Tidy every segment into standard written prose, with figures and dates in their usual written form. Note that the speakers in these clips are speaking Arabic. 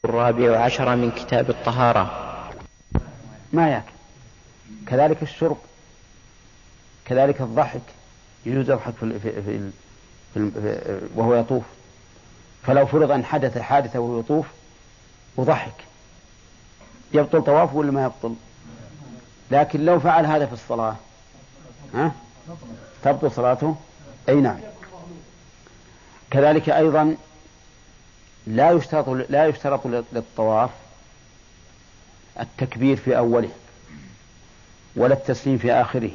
14 من كتاب الطهارة. ما ياكل. كذلك الشرب، كذلك الضحك، يجوز يضحك وهو يطوف. فلو فرض أن حدث حادثة وهو يطوف وضحك يبطل طوافه ولا ما يبطل؟ لكن لو فعل هذا في الصلاة تبطل صلاته. أي نعم. كذلك أيضا لا يشترط للطواف التكبير في أوله ولا التسليم في آخره،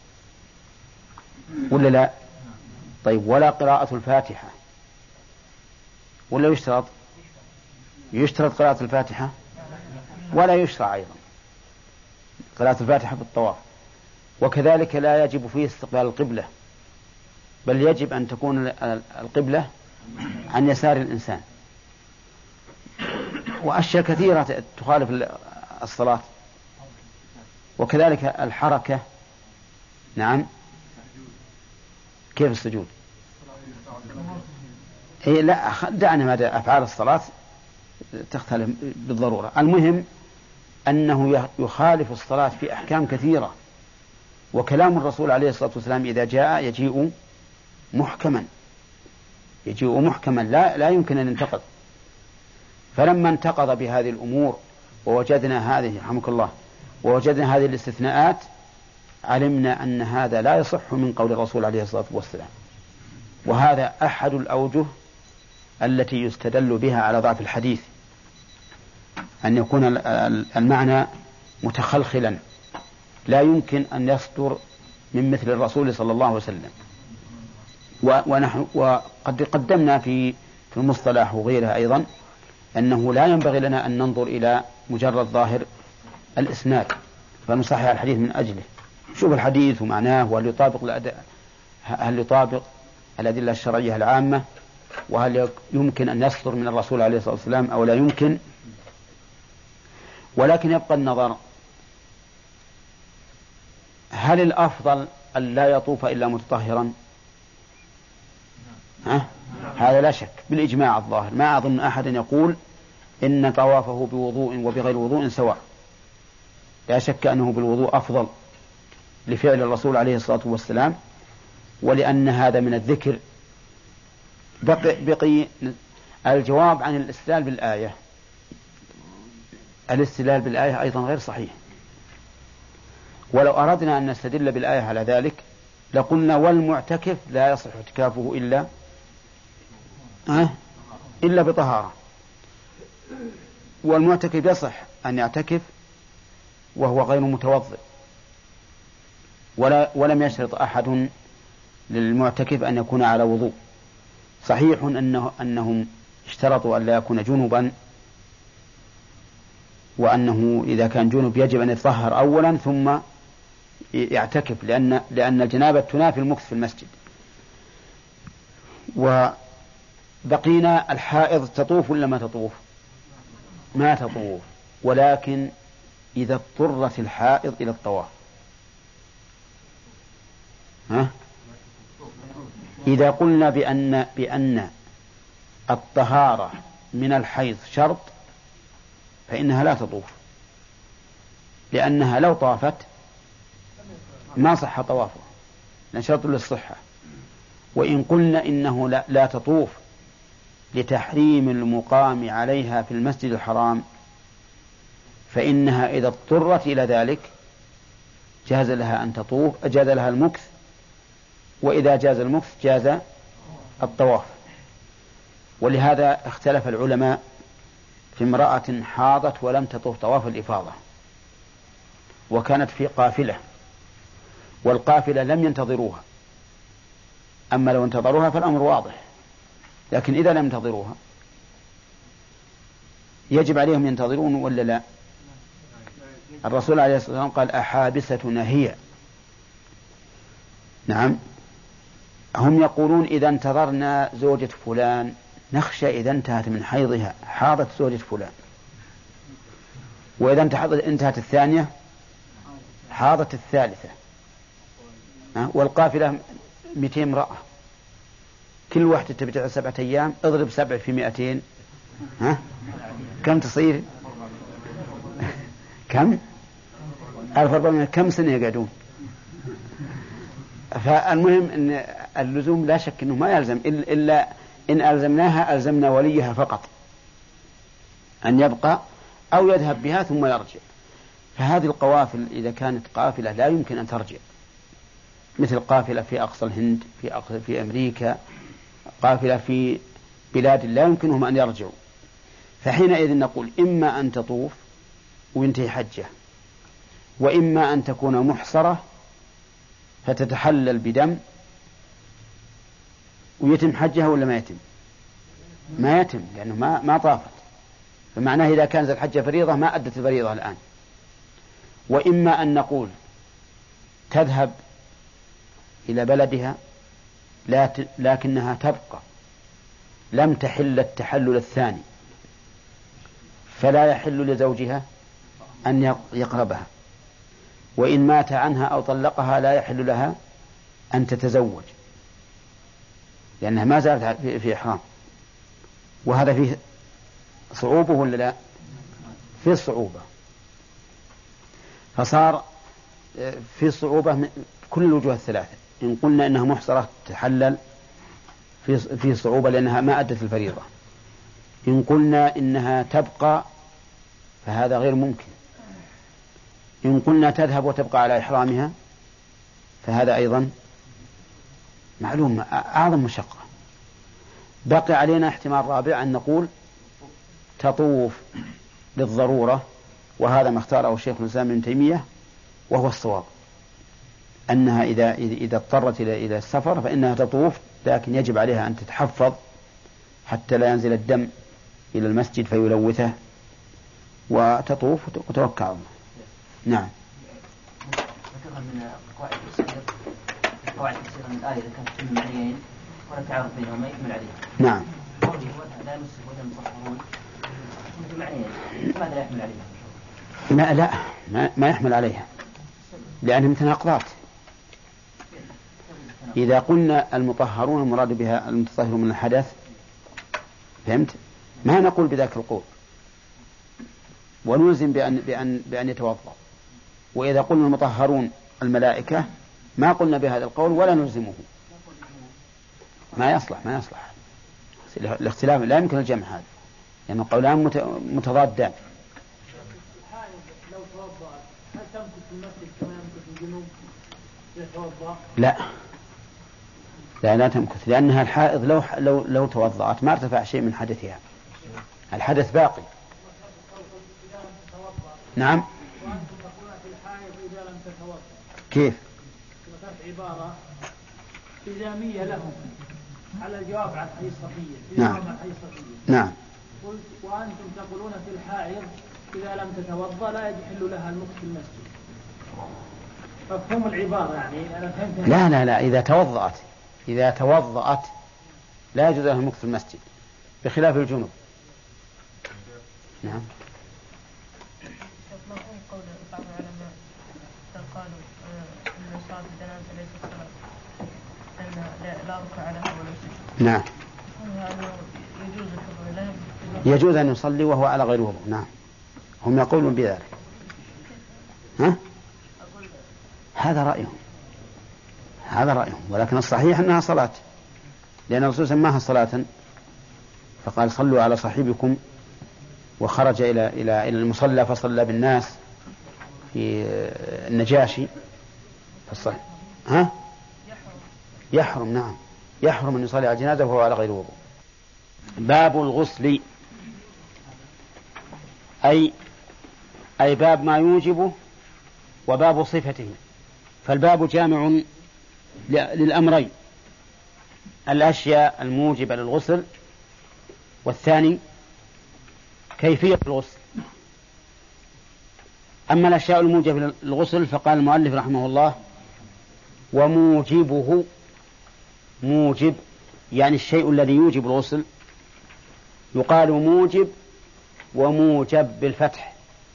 ولا لا؟ طيب، ولا قراءة الفاتحة، ولا يشترط؟ يشترط قراءة الفاتحة، ولا يشرع أيضا قراءة الفاتحة في الطواف. وكذلك لا يجب فيه استقبال القبلة، بل يجب أن تكون القبلة عن يسار الإنسان. وأشياء كثيرة تخالف الصلاة. وكذلك الحركة. نعم. كيف السجود؟ لا، دعنا مدى أفعال الصلاة تختلف بالضرورة. المهم أنه يخالف الصلاة في أحكام كثيرة. وكلام الرسول عليه الصلاة والسلام إذا جاء يجيء محكما لا يمكن أن ينتقض. فلما انتقض بهذه الأمور ووجدنا هذه رحمك الله ووجدنا هذه الاستثناءات علمنا أن هذا لا يصح من قول الرسول عليه الصلاة والسلام. وهذا أحد الأوجه التي يستدل بها على ضعف الحديث، أن يكون المعنى متخلخلا لا يمكن أن يصدر من مثل الرسول صلى الله عليه وسلم. وقد قدمنا في المصطلح وغيرها أيضا أنه لا ينبغي لنا أن ننظر إلى مجرد ظاهر الإسناد فنصحح الحديث من أجله. شوف الحديث ومعناه، هل يطابق الأدلة الشرعية العامة، وهل يمكن أن يصدر من الرسول عليه الصلاة والسلام أو لا يمكن. ولكن يبقى النظر، هل الأفضل أن لا يطوف إلا متطهرا؟ هذا لا شك بالإجماع الظاهر. ما أظن أحد يقول إن طوافه بوضوء وبغير وضوء سواء. لا شك أنه بالوضوء أفضل لفعل الرسول عليه الصلاة والسلام، ولأن هذا من الذكر. بقي الجواب عن الاستدلال بالآية. الاستدلال بالآية أيضا غير صحيح. ولو أردنا أن نستدل بالآية على ذلك لقلنا والمعتكف لا يصح اعتكافه إلا بطهارة. والمعتكف يصح أن يعتكف وهو غير متوضئ، ولم يشرط أحد للمعتكف أن يكون على وضوء. صحيح أنهم اشترطوا أن لا يكون جنبا، وأنه إذا كان جنب يجب أن يتطهر أولا ثم يعتكف، لأن الجنابة تنافي المكث في المسجد. وبقينا الحائض تطوف ولا ما تطوف؟ ما تطوف، ولكن إذا اضطرت الحائض إلى الطواف. إذا قلنا بأن الطهارة من الحيض شرط فإنها لا تطوف، لأنها لو طافت ما صح طوافها، لأن شرط للصحة. وإن قلنا إنه لا تطوف لتحريم المقام عليها في المسجد الحرام فإنها إذا اضطرت إلى ذلك جاز لها أن تطوف، جاز لها المكث، وإذا جاز المكث جاز الطواف. ولهذا اختلف العلماء في امرأة حاضت ولم تطوف طواف الإفاضة وكانت في قافلة، والقافلة لم ينتظروها. أما لو انتظروها فالأمر واضح، لكن إذا لم ينتظروها يجب عليهم ينتظرون ولا لا؟ الرسول عليه الصلاة والسلام قال أحابستنا هي. نعم. هم يقولون إذا انتظرنا زوجة فلان نخشى إذا انتهت من حيضها حاضت زوجة فلان، وإذا انتهت الثانية حاضت الثالثة. والقافلة 200 امرأة، كل واحدة تبتع 7 أيام، اضرب 7 في 200 كم تصير؟ كم؟ 1400. كم سنة يقعدون؟ فالمهم أن اللزوم لا شك أنه ما يلزم إلا إن ألزمناها ألزمنا وليها فقط أن يبقى أو يذهب بها ثم يرجع. فهذه القوافل إذا كانت قافلة لا يمكن أن ترجع، مثل قافلة في أقصى الهند، في أمريكا، قافلة في بلاد لا يمكنهم أن يرجعوا، فحينئذ نقول إما أن تطوف وينتهي حجه، وإما أن تكون محصرة فتتحلل بدم ويتم حجها، ولا ما يتم؟ ما يتم، لأنه ما طافت، فمعناه إذا كانت الحجة فريضة ما أدت الفريضة الآن. وإما أن نقول تذهب إلى بلدها لكنها تبقى لم تحل التحلل الثاني، فلا يحل لزوجها أن يقربها، وإن مات عنها أو طلقها لا يحل لها أن تتزوج، لأنها ما زالت في إحرام. وهذا فيه صعوبة ولا لا؟ فيه صعوبة، فصار في صعوبة كل الوجوه الثلاثة. إن قلنا إنها محصرة تحلل في صعوبة لأنها ما أدت الفريضة، إن قلنا إنها تبقى فهذا غير ممكن، إن قلنا تذهب وتبقى على إحرامها فهذا أيضا معلوم أعظم مشقة. بقي علينا احتمال رابع أن نقول تطوف للضرورة، وهذا ما اختاره الشيخ الإسلام ابن تيمية وهو الصواب، أنها إذا اضطرت إلى السفر فإنها تطوف، لكن يجب عليها أن تتحفظ حتى لا ينزل الدم إلى المسجد فيلوثه، وتطوف وتوكل على الله. نعم. ذكرها من قواعد كثيرة من الآية إذا كانت في المعنيين ولا تعارض بينهما يكمل عليها. نعم. قوله لا يمسه ولا المطهرون في معنيين، ماذا لا يحمل عليها؟ لا ما يحمل عليها، لأنها متناقضات. إذا قلنا المطهرون المراد بها المتطهرون من الحدث، فهمت؟ ما نقول بذاك القول ونلزم بأن يتوضأ. وإذا قلنا المطهرون الملائكة ما قلنا بهذا القول ولا نلزمه، ما يصلح الاختلاف لا يمكن الجمع هذا، لأن يعني قولان متضادان. لو توضأ هل تمكث في المسجد كما يمكث الجنوب يتوضأ؟ لا تمكث، لأنها الحائض لو توضأت ما ارتفع شيء من حدثها، الحدث باقي. نعم. وأنتم تقولون في الحائض إذا لم تتوضأ. كيف؟ ذكرت عبارة إلزامية لهم على الجواب عن حديث صفية. نعم. نعم. قلت وأنتم تقولون في الحائض إذا لم تتوضأ لا يحل لها المكث في المسجد. مفهوم العبارة يعني أنا فهمت. لا إذا توضأت لا يجوز لها المكث في المسجد بخلاف الجنوب. نعم. مفهوم قول بعض العلماء قالوا أن صلاة الجنازة ليست صلاة لأن لا ركع لها ولا سجود. نعم. يجوز أن يصلي وهو على غير وضوء. نعم، هم يقولون بذلك. هذا رأيهم، ولكن الصحيح أنها صلاة، لأن الرسول سماها صلاة فقال صلوا على صاحبكم، وخرج إلى المصلى فصلى بالناس في النجاشي فالصلاة. يحرم. نعم، يحرم أن يصلي على الجنازة وهو على غير وضوء. باب الغسل أي باب ما يوجبه وباب صفته، فالباب جامع للأمرين: الأشياء الموجبة للغسل، والثاني كيفية الغسل. أما الأشياء الموجبة للغسل فقال المؤلف رحمه الله: وموجبه، موجب يعني الشيء الذي يوجب الغسل، يقال موجب وموجب بالفتح.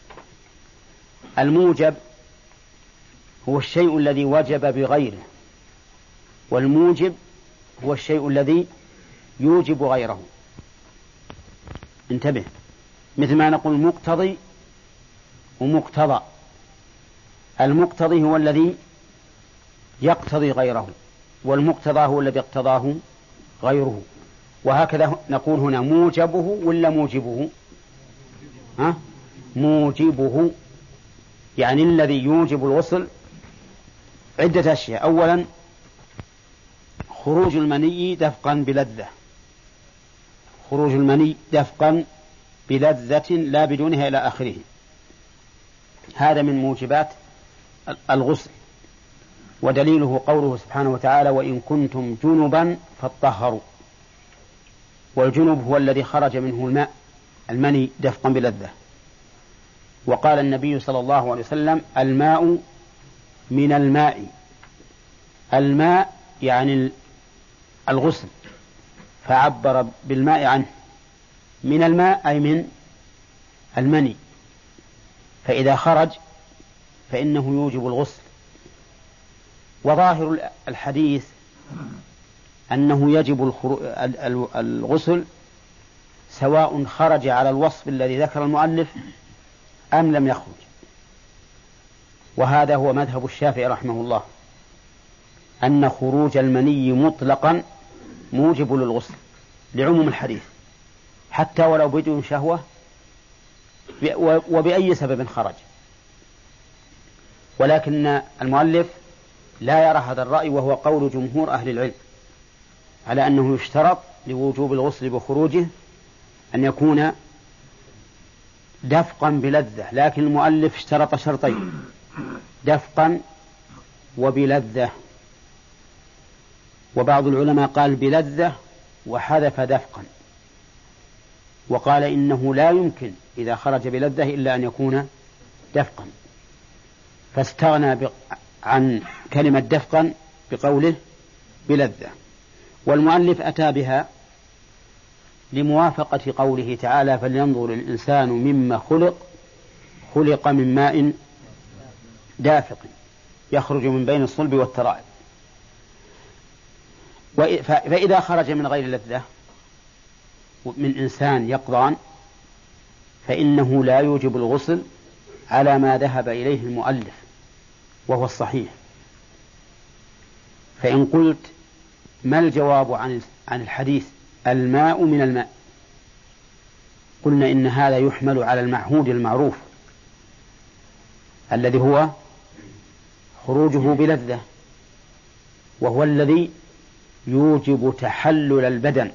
الموجب هو الشيء الذي وجب بغيره، والموجب هو الشيء الذي يوجب غيره. انتبه، مثل ما نقول مقتضي ومقتضى. المقتضي هو الذي يقتضي غيره، والمقتضى هو الذي اقتضاه غيره. وهكذا نقول هنا موجبه ولا موجبه؟ موجبه، يعني الذي يوجب الغسل عدة أشياء. أولا خروج المني دفقا بلذة، خروج المني دفقا بلذة لا بدونها إلى آخره، هذا من موجبات الغسل. ودليله قوله سبحانه وتعالى: وإن كنتم جنبا فاطهروا. والجنب هو الذي خرج منه الماء، المني دفقا بلذة. وقال النبي صلى الله عليه وسلم: الماء من الماء. الماء يعني الغسل، فعبر بالماء عنه. من الماء أي من المني، فإذا خرج فإنه يوجب الغسل. وظاهر الحديث أنه يجب الغسل سواء خرج على الوصف الذي ذكر المؤلف أم لم يخرج. وهذا هو مذهب الشافعي رحمه الله، أن خروج المني مطلقا موجب للغسل لعموم الحديث، حتى ولو بدون شهوة وبأي سبب خرج. ولكن المؤلف لا يرى هذا الرأي، وهو قول جمهور أهل العلم، على أنه يشترط لوجوب الغسل بخروجه أن يكون دفقا بلذة. لكن المؤلف اشترط شرطين: دفقا وبلذة. وبعض العلماء قال بلذة وحذف دفقا، وقال إنه لا يمكن إذا خرج بلذة إلا أن يكون دفقا، فاستغنى عن كلمة دفقا بقوله بلذة. والمؤلف أتى بها لموافقة قوله تعالى: فلينظر الإنسان مما خلق من ماء دافق يخرج من بين الصلب والترائب. فإذا خرج من غير لذة من إنسان يقظان فإنه لا يوجب الغسل على ما ذهب إليه المؤلف، وهو الصحيح. فإن قلت ما الجواب عن الحديث الماء من الماء، قلنا إن هذا يحمل على المعهود المعروف الذي هو خروجه بلذة، وهو الذي يوجب تحلل البدن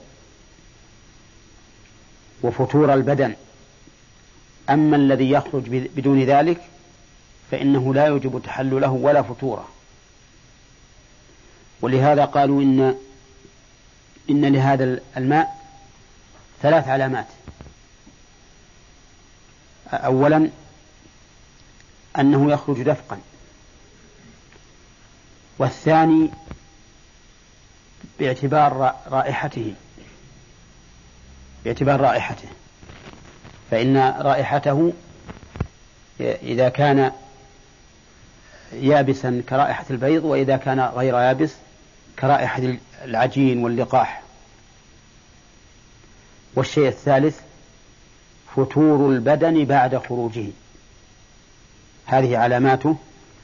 وفتور البدن. أما الذي يخرج بدون ذلك فإنه لا يوجب تحلله ولا فتوره. ولهذا قالوا إن لهذا الماء 3 علامات: أولا أنه يخرج دفقا، والثاني باعتبار رائحته، فإن رائحته إذا كان يابسا كرائحة البيض، وإذا كان غير يابس كرائحة العجين واللقاح. والشيء الثالث فتور البدن بعد خروجه، هذه علاماته.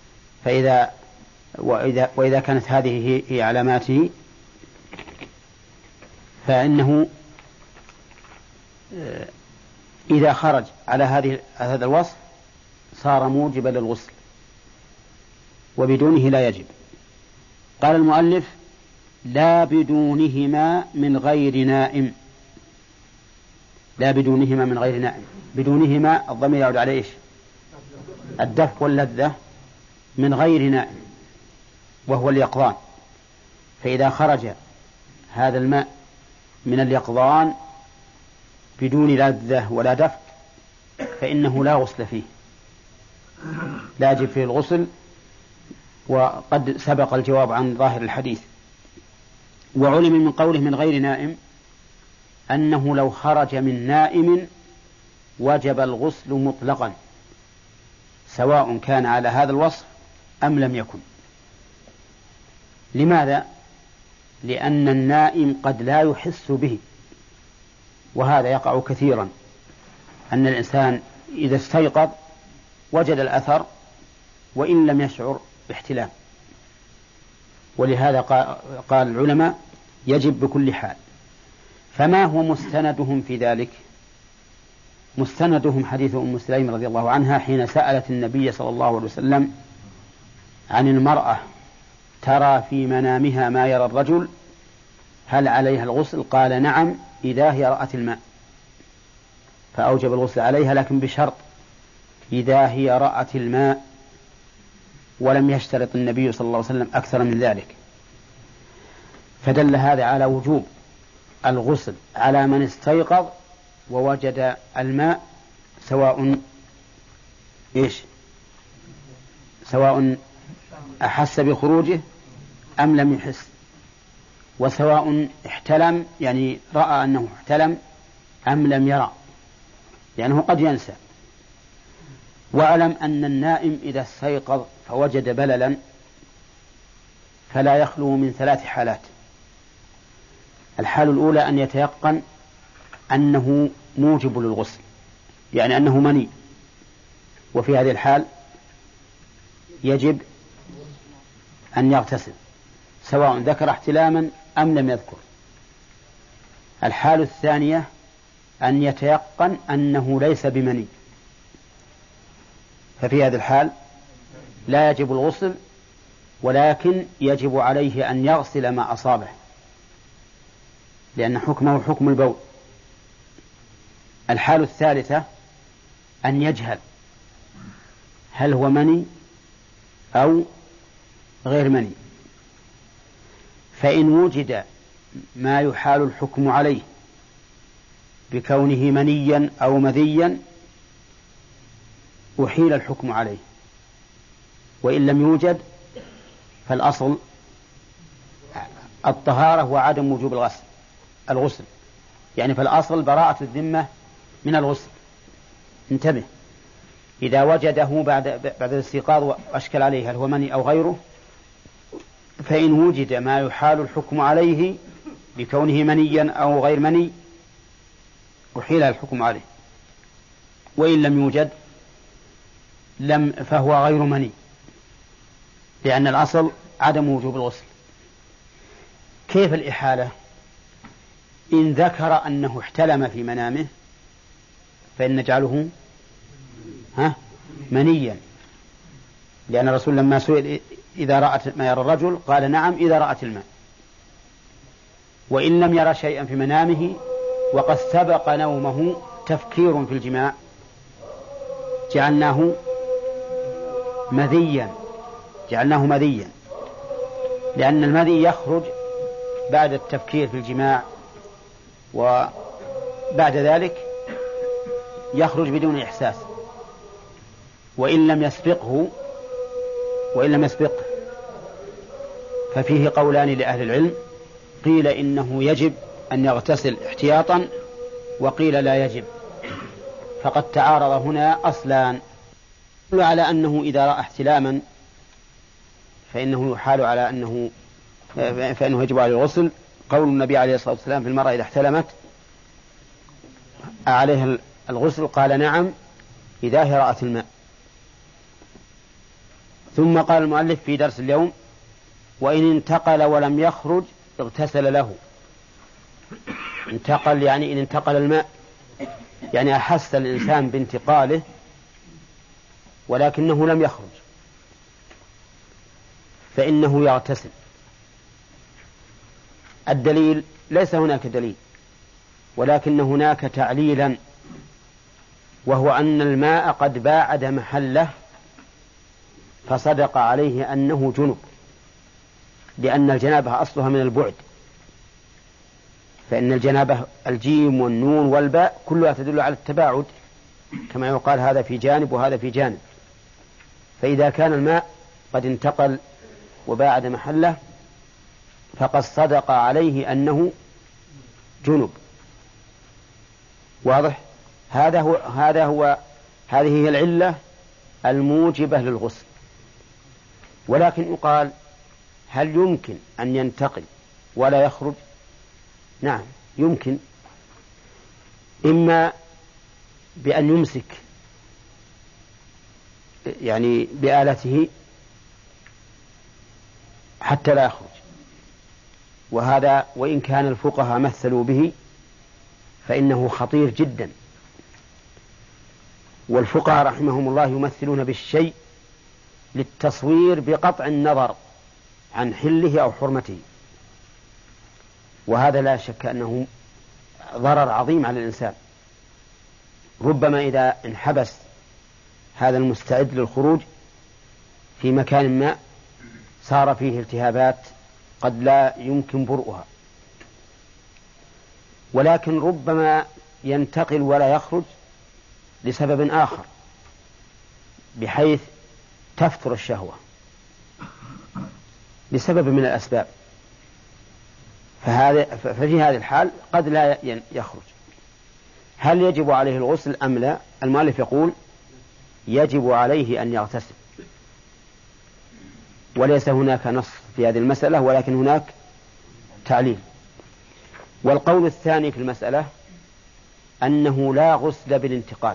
وإذا كانت هذه هي علاماته فإنه إذا خرج على هذا الوصف صار موجبا للغسل، وبدونه لا يجب. قال المؤلف: لا بدونهما من غير نائم. لا بدونهما من غير نائم. بدونهما الضمير يعود على إيش؟ الدفق واللذة، من غير نائم وهو اليقظان. فإذا خرج هذا الماء من اليقظان بدون لذة ولا دفق فإنه لا غسل فيه، لا يجب فيه الغسل. وقد سبق الجواب عن ظاهر الحديث. وعلم من قوله من غير نائم أنه لو خرج من نائم وجب الغسل مطلقا، سواء كان على هذا الوصف أم لم يكن. لماذا؟ لأن النائم قد لا يحس به، وهذا يقع كثيرا. أن الإنسان إذا استيقظ وجد الأثر وإن لم يشعر باحتلام، ولهذا قال العلماء يجب بكل حال. فما هو مستندهم في ذلك؟ مستندهم حديث أم سليم رضي الله عنها حين سألت النبي صلى الله عليه وسلم عن المرأة ترى في منامها ما يرى الرجل هل عليها الغسل؟ قال نعم إذا هي رأت الماء، فأوجب الغسل عليها لكن بشرط إذا هي رأت الماء، ولم يشترط النبي صلى الله عليه وسلم أكثر من ذلك. فدل هذا على وجوب الغسل على من استيقظ ووجد الماء، سواء أحس بخروجه أم لم يحس، وسواء احتلم يعني رأى أنه احتلم أم لم يرى، لأنه قد ينسى. وألم أن النائم إذا استيقظ فوجد بللا فلا يخلو من 3 حالات. الحال الأولى أن يتيقن أنه موجب للغسل، يعني أنه مني، وفي هذه الحال يجب أن يغتسل سواء ذكر احتلاما أم لم يذكر. الحال الثانية أن يتيقن أنه ليس بمني، ففي هذه الحال لا يجب الغسل، ولكن يجب عليه أن يغسل ما أصابه، لأن حكمه حكم البول. الحال الثالثة أن يجهل هل هو مني أو غير مني، فإن وجد ما يحال الحكم عليه بكونه منيا أو مذيا أحيل الحكم عليه، وإن لم يوجد فالأصل الطهارة وعدم وجوب الغسل، يعني فالأصل براءة الذمة من الغسل. انتبه، إذا وجده بعد الاستيقاظ وأشكل عليه هل هو مني أو غيره، فإن وجد ما يحال الحكم عليه بكونه منيا أو غير مني أحيل الحكم عليه، وإن لم يوجد فهو غير مني، لأن الأصل عدم وجوب الغسل. كيف الإحالة؟ إن ذكر أنه احتلم في منامه فإن نجعله منيا، لأن الرسول لما سئل إذا رأت ما يرى الرجل قال نعم إذا رأت الماء. وإن لم يرى شيئا في منامه وقد سبق نومه تفكير في الجماع جعلناه مذيا، لأن المذي يخرج بعد التفكير في الجماع، وبعد ذلك يخرج بدون إحساس. وإن لم يسبقه ففيه قولان لأهل العلم، قيل إنه يجب أن يغتسل احتياطا، وقيل لا يجب. فقد تعارض هنا أصلان، على أنه إذا رأى احتلاما فإنه يحال على فإنه يجب عليه الغسل، قول النبي عليه الصلاة والسلام في المرأة إذا احتلمت عليها الغسل، قال نعم إذا هي رأت الماء. ثم قال المؤلف في درس اليوم وإن انتقل ولم يخرج اغتسل له. انتقل يعني إن انتقل الماء، يعني أحس الإنسان بانتقاله ولكنه لم يخرج فإنه يغتسل. الدليل ليس هناك دليل، ولكن هناك تعليلا، وهو أن الماء قد باعد محله فصدق عليه أنه جنب، لأن الجنابة أصلها من البعد، فإن الجنابة الجيم والنون والباء كلها تدل على التباعد، كما يقال هذا في جانب وهذا في جانب. فإذا كان الماء قد انتقل وباعد محله فقد صدق عليه أنه جنب. واضح؟ هذه هي العلة الموجبة للغسل. ولكن يقال هل يمكن أن ينتقل ولا يخرج؟ نعم يمكن، إما بأن يمسك يعني بآلته حتى لا يخرج، وهذا وإن كان الفقهاء مثلوا به فإنه خطير جدا، والفقهاء رحمهم الله يمثلون بالشيء للتصوير بقطع النظر عن حله أو حرمته، وهذا لا شك أنه ضرر عظيم على الإنسان. ربما إذا انحبس هذا المستعد للخروج في مكان ما صار فيه التهابات قد لا يمكن برؤها، ولكن ربما ينتقل ولا يخرج لسبب آخر بحيث تفتر الشهوة لسبب من الأسباب، ففي هذه الحال قد لا يخرج. هل يجب عليه الغسل أم لا؟ المؤلف يقول يجب عليه أن يغتسل، وليس هناك نص في هذه المسألة، ولكن هناك تعليل. والقول الثاني في المسألة أنه لا غسل بالانتقال،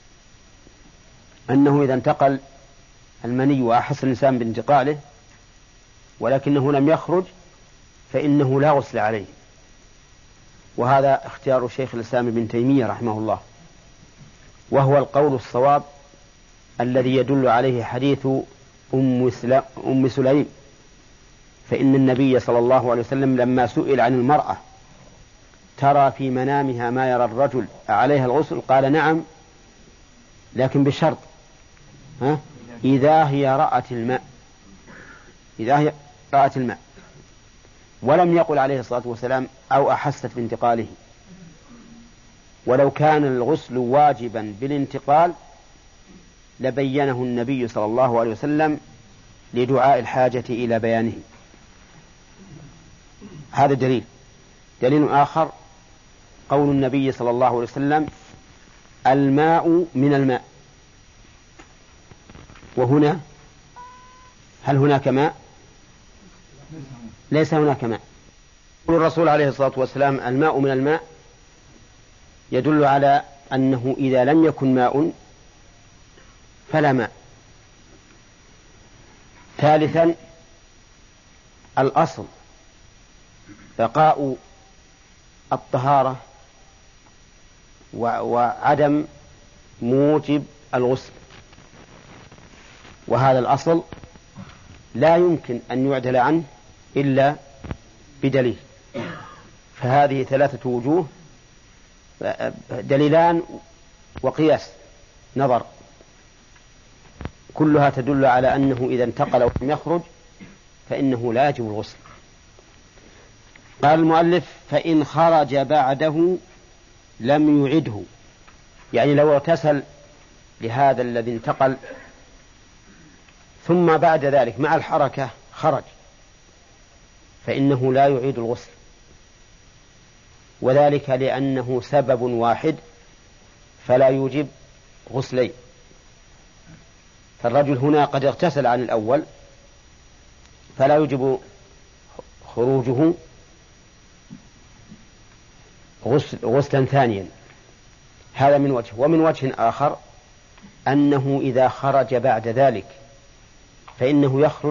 أنه إذا انتقل المني وأحس الإنسان بانتقاله ولكنه لم يخرج فإنه لا غسل عليه، وهذا اختيار شيخ الإسلام ابن تيمية رحمه الله، وهو القول الصواب الذي يدل عليه حديث أم سليم، فإن النبي صلى الله عليه وسلم لما سئل عن المرأة ترى في منامها ما يرى الرجل عليها الغسل قال نعم، لكن بشرط إذا هي رأت الماء، إذا هي رأت الماء، ولم يقل عليه الصلاة والسلام أو أحست بانتقاله. ولو كان الغسل واجبا بالانتقال لبينه النبي صلى الله عليه وسلم لدعاء الحاجة إلى بيانه. هذا دليل. دليل آخر قول النبي صلى الله عليه وسلم الماء من الماء، وهنا هل هناك ماء؟ ليس هناك ماء. يقول الرسول عليه الصلاة والسلام الماء من الماء يدل على أنه إذا لم يكن ماء فلا ماء. ثالثا الأصل بقاء الطهارة وعدم موجب الغسل، وهذا الأصل لا يمكن أن يعدل عنه إلا بدليل. فهذه ثلاثة وجوه، دليلان وقياس نظر، كلها تدل على أنه إذا انتقل ولم يخرج فإنه لا يجب الغسل. قال المؤلف فإن خرج بعده لم يعده، يعني لو اغتسل لهذا الذي انتقل ثم بعد ذلك مع الحركة خرج فإنه لا يعيد الغسل، وذلك لأنه سبب واحد فلا يوجب غسلين. فالرجل هنا قد اغتسل عن الأول فلا يوجب خروجه غسلا ثانيا، هذا من وجه. ومن وجه آخر أنه إذا خرج بعد ذلك فإنه يخرج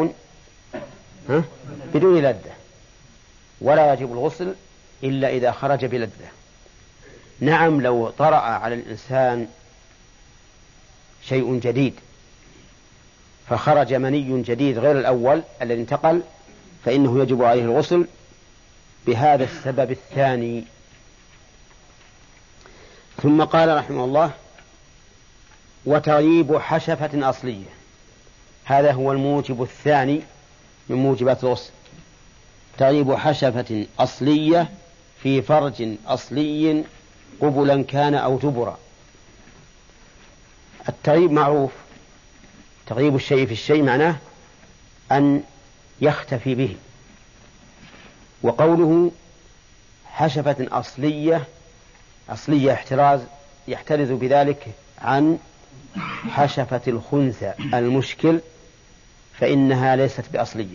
بدون لذة، ولا يجب الغسل إلا إذا خرج بلذة. نعم لو طرأ على الإنسان شيء جديد فخرج مني جديد غير الأول الذي انتقل فإنه يجب عليه الغسل بهذا السبب الثاني. ثم قال رحمه الله وتغييب حشفة أصلية، هذا هو الموجب الثاني من موجبات الغسل، تغييب حشفة أصلية في فرج أصلي قبلا كان أو دبرا. التغييب معروف، تغييب الشيء في الشيء معناه أن يختفي به، وقوله حشفة أصلية يحترز بذلك عن حشفة الخنثى المشكل فإنها ليست بأصلية.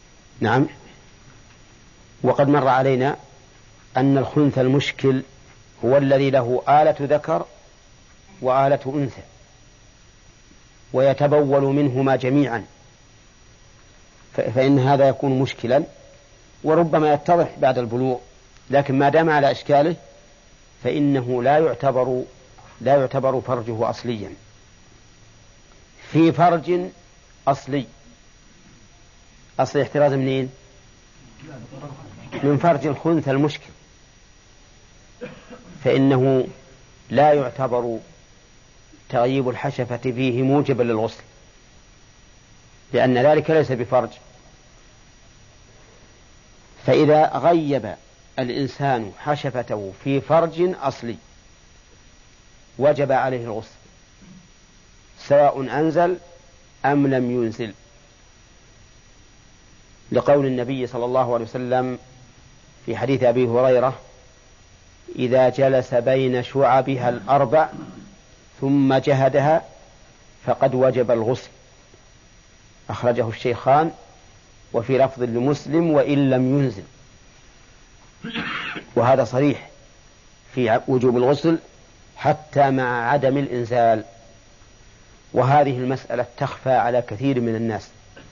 نعم، وقد مر علينا أن الخنثى المشكل هو الذي له آلة ذكر وآلة أنثى ويتبول منهما جميعا، فإن هذا يكون مشكلا وربما يتضح بعد البلوغ، لكن ما دام على إشكاله فإنه لا يعتبر فرجه أصليا. في فرج أصلي، أصل احتراز منين؟ من فرج الخنثى المشكل، فإنه لا يعتبر تغييب الحشفة فيه موجبا للغسل، لأن ذلك ليس بفرج. فإذا غيب الإنسان حشفته في فرج أصلي وجب عليه الغسل سواء أنزل أم لم ينزل، لقول النبي صلى الله عليه وسلم في حديث أبي هريرة: إذا جلس بين شعبها الأربع ثم جهدها فقد وجب الغسل. أخرجه الشيخان، وفي لفظ لمسلم: وإن لم ينزل. وهذا صريح في وجوب الغسل حتى مع عدم الإنزال. وهذه المسألة تخفى على كثير من الناس،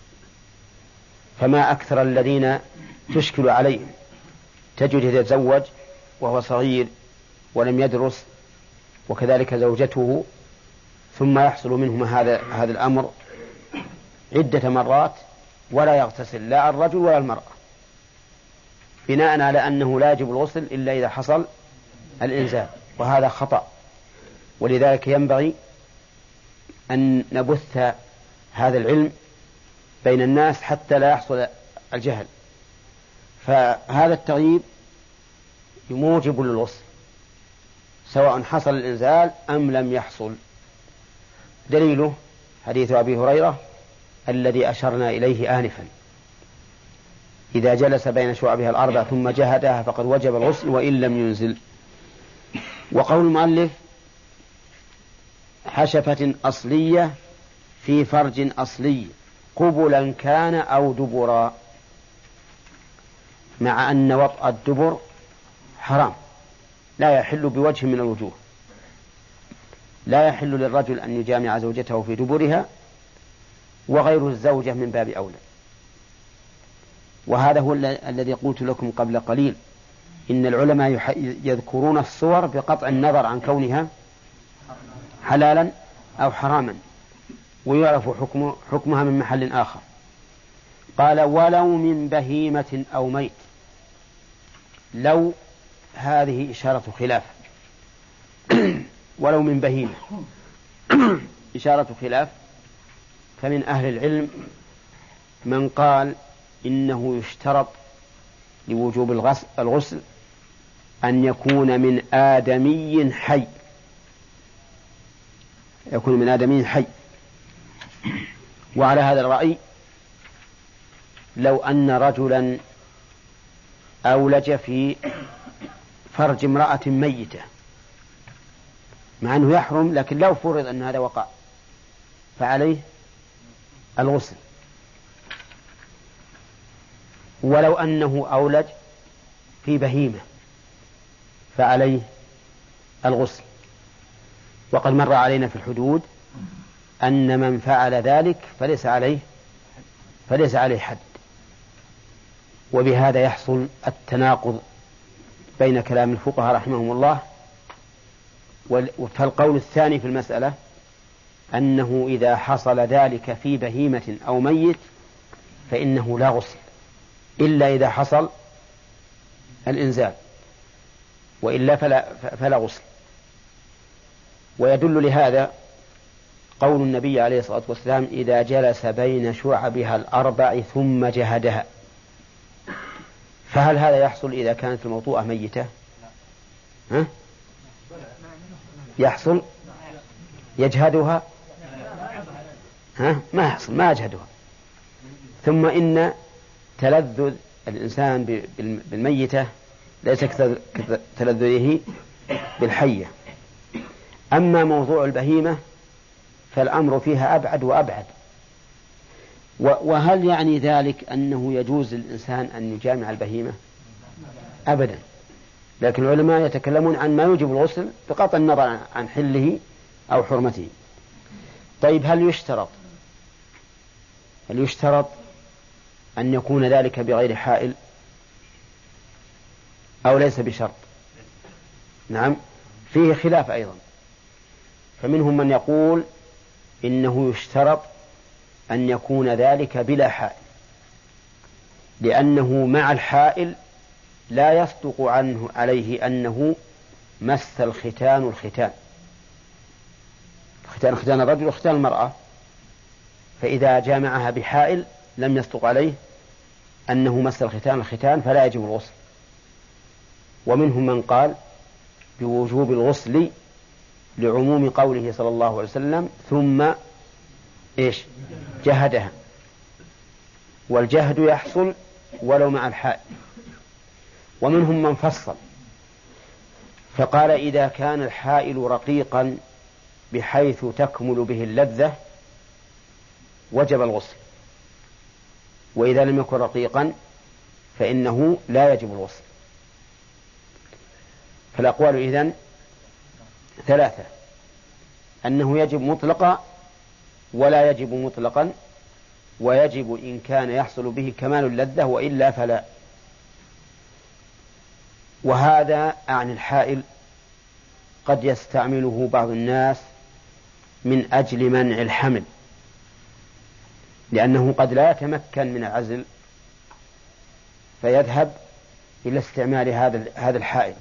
فما أكثر الذين تشكل عليهم. تجد يتزوج وهو صغير ولم يدرس، وكذلك زوجته، ثم يحصل منهما هذا الأمر عدة مرات ولا يغتسل لا الرجل ولا المرأة، بناء على أنه لا يجب الغسل إلا إذا حصل الإنزال، وهذا خطأ. ولذلك ينبغي أن نبث هذا العلم بين الناس حتى لا يحصل الجهل. فهذا التغييب موجب للغسل سواء حصل الإنزال أم لم يحصل. دليله حديث أبي هريرة الذي أشرنا إليه آنفا: إذا جلس بين شعبها الأربع ثم جهدها فقد وجب الغسل وإن لم ينزل. وقول المؤلف: حشفة أصلية في فرج أصلي قبلا كان أو دبرا، مع أن وطأ الدبر حرام لا يحل بوجه من الوجوه، لا يحل للرجل أن يجامع زوجته في دبرها، وغير الزوجة من باب أولى. وهذا هو الذي قلت لكم قبل قليل، إن العلماء يذكرون الصور بقطع النظر عن كونها حلالا أو حراما، ويعرف حكمها من محل آخر. قال: ولو من بهيمة أو ميت. لو هذه إشارة خلاف ولو من بهيمة إشارة خلاف. فمن أهل العلم من قال إنه يشترط لوجوب الغسل أن يكون من آدمي حي، يكون من آدمي حي. وعلى هذا الرأي لو أن رجلا أولج في فرج امرأة ميتة، مع أنه يحرم، لكن لو فرض أن هذا وقع فعليه الغسل. ولو أنه أولج في بهيمة فعليه الغسل. وقد مر علينا في الحدود أن من فعل ذلك فليس عليه حد. وبهذا يحصل التناقض بين كلام الفقهاء رحمهم الله. فالقول الثاني في المسألة أنه إذا حصل ذلك في بهيمة أو ميت فإنه لا غسل إلا إذا حصل الإنزال، وإلا فلا غسل. ويدل لهذا قول النبي عليه الصلاة والسلام: إذا جلس بين شعبها الأربع ثم جهدها. فهل هذا يحصل إذا كانت الموطوءة ميتة؟ يحصل يجهدها؟ ما يحصل، ما يجهدها. ثم إن تلذذ الإنسان بالميتة ليس كتلذذه بالحية. أما موضوع البهيمة فالأمر فيها أبعد وأبعد. وهل يعني ذلك أنه يجوز للإنسان أن يجامع البهيمة؟ أبدا، لكن العلماء يتكلمون عن ما يوجب الغسل بقطع النظر عن حله أو حرمته. طيب هل يشترط أن يكون ذلك بغير حائل أو ليس بشرط؟ نعم، فيه خلاف أيضا، فمنهم من يقول إنه يشترط أن يكون ذلك بلا حائل، لأنه مع الحائل لا يصدق عليه أنه مس الختان ختان الرجل وختان المرأة، فإذا جامعها بحائل لم يصدق عليه أنه مس الختان فلا يجب الغسل. ومنهم من قال بوجوب الغسل لعموم قوله صلى الله عليه وسلم ثم جهدها، والجهد يحصل ولو مع الحائل. ومنهم من فصل فقال إذا كان الحائل رقيقا بحيث تكمل به اللذة وجب الغسل، وإذا لم يكن رقيقا فإنه لا يجب الغسل. فالأقوال إذن ثلاثة: أنه يجب مطلقا ولا يجب مطلقا، ويجب إن كان يحصل به كمال اللذة وإلا فلا. وهذا عن الحائل قد يستعمله بعض الناس من أجل منع الحمل، لأنه قد لا يتمكن من العزل فيذهب إلى استعمال هذا الحائل،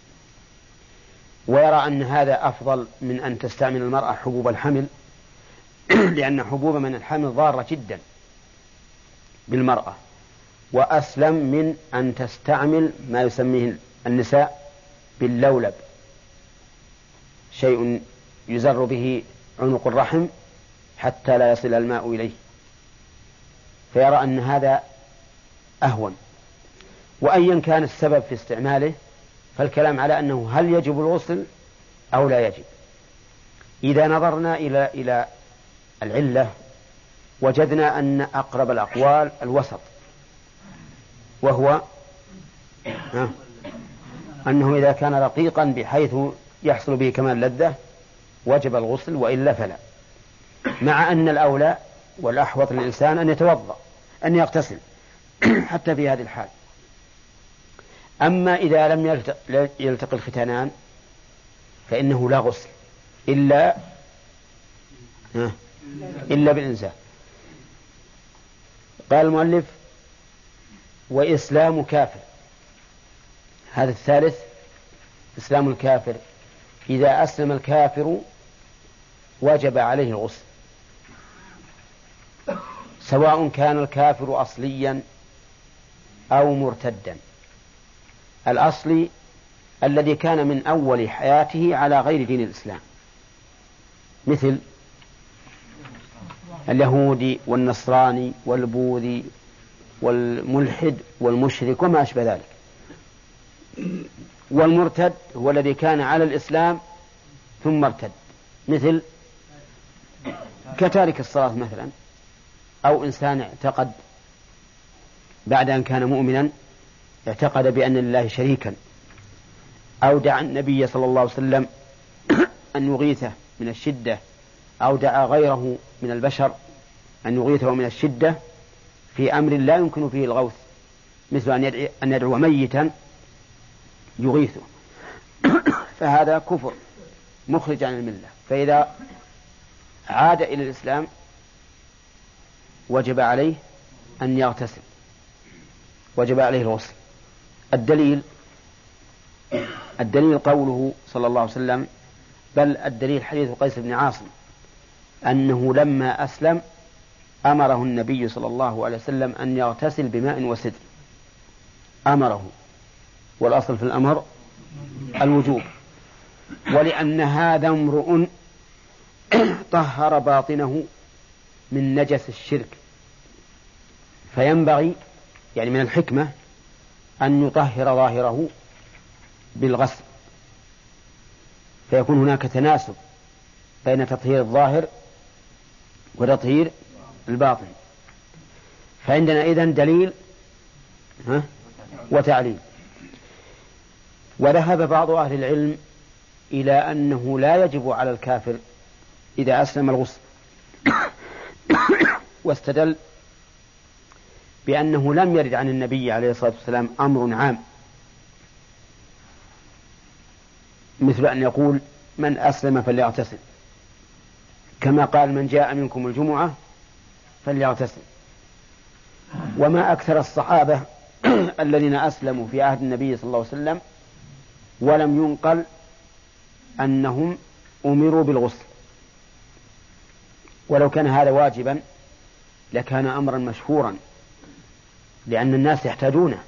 ويرى أن هذا أفضل من أن تستعمل المرأة حبوب الحمل، لأن حبوب من الحمل ضارة جدا بالمرأة، وأسلم من أن تستعمل ما يسميه النساء باللولب، شيء يزر به عنق الرحم حتى لا يصل الماء إليه، فيرى أن هذا أهون. وأيا كان السبب في استعماله فالكلام على أنه هل يجب الغسل أو لا يجب. إذا نظرنا إلى العلة وجدنا أن أقرب الأقوال الوسط، وهو أنه إذا كان رقيقا بحيث يحصل به كمال اللذة وجب الغسل وإلا فلا، مع أن الأولى والأحوط للإنسان أن يتوضأ أن يغتسل حتى في هذه الحال. أما إذا لم يلتقي الختانان فإنه لا غسل إلا بالإنزال. قال المؤلف: وإسلام كافر. هذا الثالث إسلام الكافر، إذا أسلم الكافر وجب عليه الغسل، سواء كان الكافر أصليا أو مرتدا. الأصلي الذي كان من أول حياته على غير دين الإسلام، مثل اليهودي والنصراني والبوذي والملحد والمشرك وما أشبه ذلك. والمرتد هو الذي كان على الإسلام ثم ارتد، مثل كتارك الصلاة مثلا، أو إنسان اعتقد بعد أن كان مؤمنا اعتقد بأن لله شريكا، أو دعا النبي صلى الله عليه وسلم أن يغيثه من الشدة، أو دعا غيره من البشر أن يغيثه من الشدة في أمر لا يمكن فيه الغوث، مثل أن يدعو ميتا يغيثه، فهذا كفر مخرج عن الملة. فإذا عاد إلى الإسلام وجب عليه أن يغتسل، وجب عليه الغسل. الدليل قوله صلى الله عليه وسلم، بل الدليل حديث قيس بن عاصم أنه لما أسلم أمره النبي صلى الله عليه وسلم أن يغتسل بماء وسدر، أمره، والأصل في الأمر الوجوب. ولأن هذا امرؤ طهر باطنه من نجس الشرك، فينبغي يعني من الحكمة أن يطهر ظاهره بالغسل، فيكون هناك تناسب بين تطهير الظاهر وتطهير الباطن. فعندنا إذن دليل وتعليل. وذهب بعض أهل العلم إلى أنه لا يجب على الكافر إذا أسلم الغسل واستدل بأنه لم يرد عن النبي عليه الصلاة والسلام أمر عام، مثل أن يقول من أسلم فليغتسل، كما قال من جاء منكم الجمعة فليغتسل. وما أكثر الصحابة الذين أسلموا في عهد النبي صلى الله عليه وسلم ولم ينقل أنهم أمروا بالغسل، ولو كان هذا واجبا لكان أمرا مشهورا لأن الناس يحتاجونه،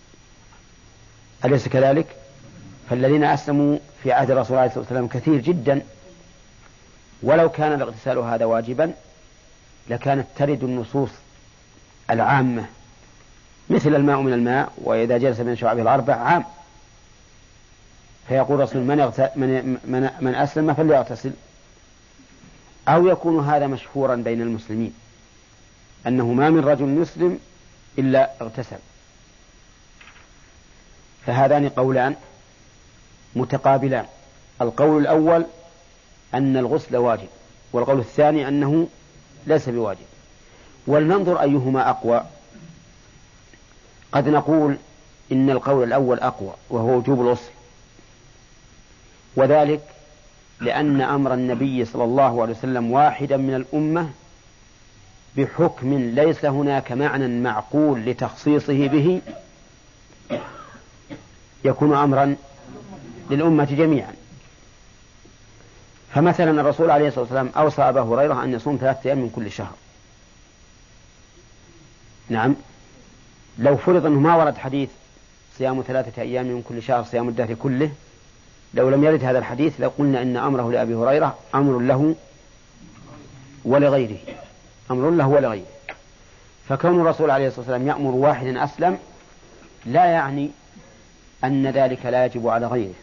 أليس كذلك؟ فالذين أسلموا في عهد الرسول عليه الصلاة والسلام كثير جدا، ولو كان الاغتسال هذا واجبا لكانت ترد النصوص العامة مثل الماء من الماء وإذا جلس من شعبه الأربع عام، فيقول رسول من أسلم فليغتسل. أو يكون هذا مشهورا بين المسلمين أنه ما من رجل يسلم إلا اغتسل. فهذان قولان متقابلان، القول الأول أن الغسل واجب، والقول الثاني أنه ليس بواجب. ولننظر أيهما أقوى. قد نقول إن القول الأول أقوى وهو وجوب الغسل، وذلك لأن أمر النبي صلى الله عليه وسلم واحدا من الأمة بحكم ليس هناك معنى معقول لتخصيصه به يكون أمرا للأمة جميعا. فمثلا الرسول عليه الصلاة والسلام أوصى أبا هريرة أن يصوم 3 أيام من كل شهر. نعم، لو فرض أنه ما ورد حديث صيام 3 أيام من كل شهر صيام الدهر كله، لو لم يرد هذا الحديث لقلنا إن أمره لأبي هريرة أمر له ولغيره، أمر له ولغيره. فكون الرسول عليه الصلاة والسلام يأمر واحدا أسلم لا يعني أن ذلك لا يجب على غيره.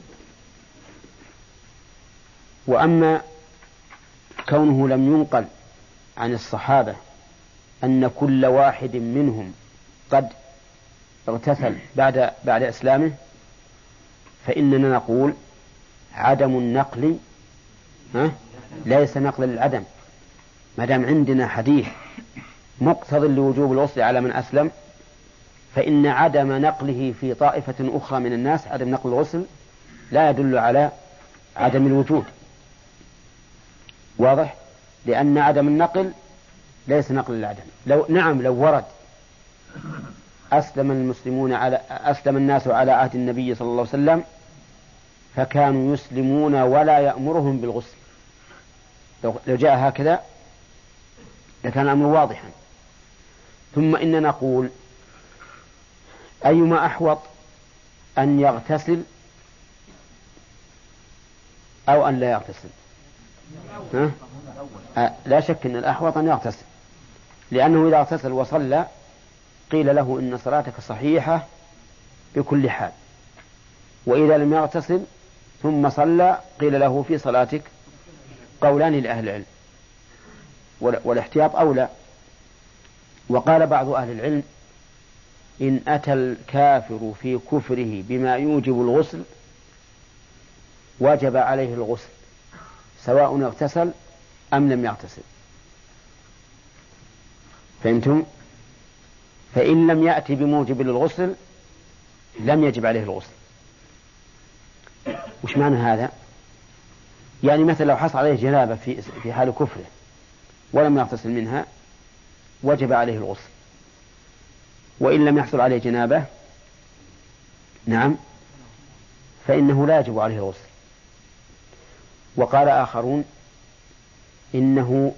وأما كونه لم ينقل عن الصحابة أن كل واحد منهم قد اغتسل بعد إسلامه، فإننا نقول عدم النقل ليس نقل للعدم. ما دام عندنا حديث مقتضي لوجوب الغسل على من أسلم، فإن عدم نقله في طائفة أخرى من الناس، عدم نقل الغسل لا يدل على عدم الوجود. واضح؟ لأن عدم النقل ليس نقل للعدم. لو ورد أسلم الناس على عهد النبي صلى الله عليه وسلم فكانوا يسلمون ولا يأمرهم بالغسل، لو جاء هكذا لكان الأمر واضحا. ثم إننا نقول أيما أحوط، أن يغتسل أو أن لا يغتسل؟ لا شك أن الأحوط أن يغتسل، لأنه إذا اغتسل وصلى قيل له إن صلاتك صحيحة بكل حال، وإذا لم يغتسل ثم صلى قيل له في صلاتك قولان لأهل العلم، والاحتياط أولى. وقال بعض أهل العلم إن أتى الكافر في كفره بما يوجب الغسل وجب عليه الغسل سواء اغتسل أم لم يغتسل. فهمتم؟ فإن لم يأتي بموجب للغسل لم يجب عليه الغسل. وش معنى هذا؟ يعني مثلا لو حصل عليه جنابة في حال كفره ولم يغتسل منها وجب عليه الغسل، وإن لم يحصل عليه جنابة نعم فإنه لا يجب عليه الغسل. وقال آخرون إنه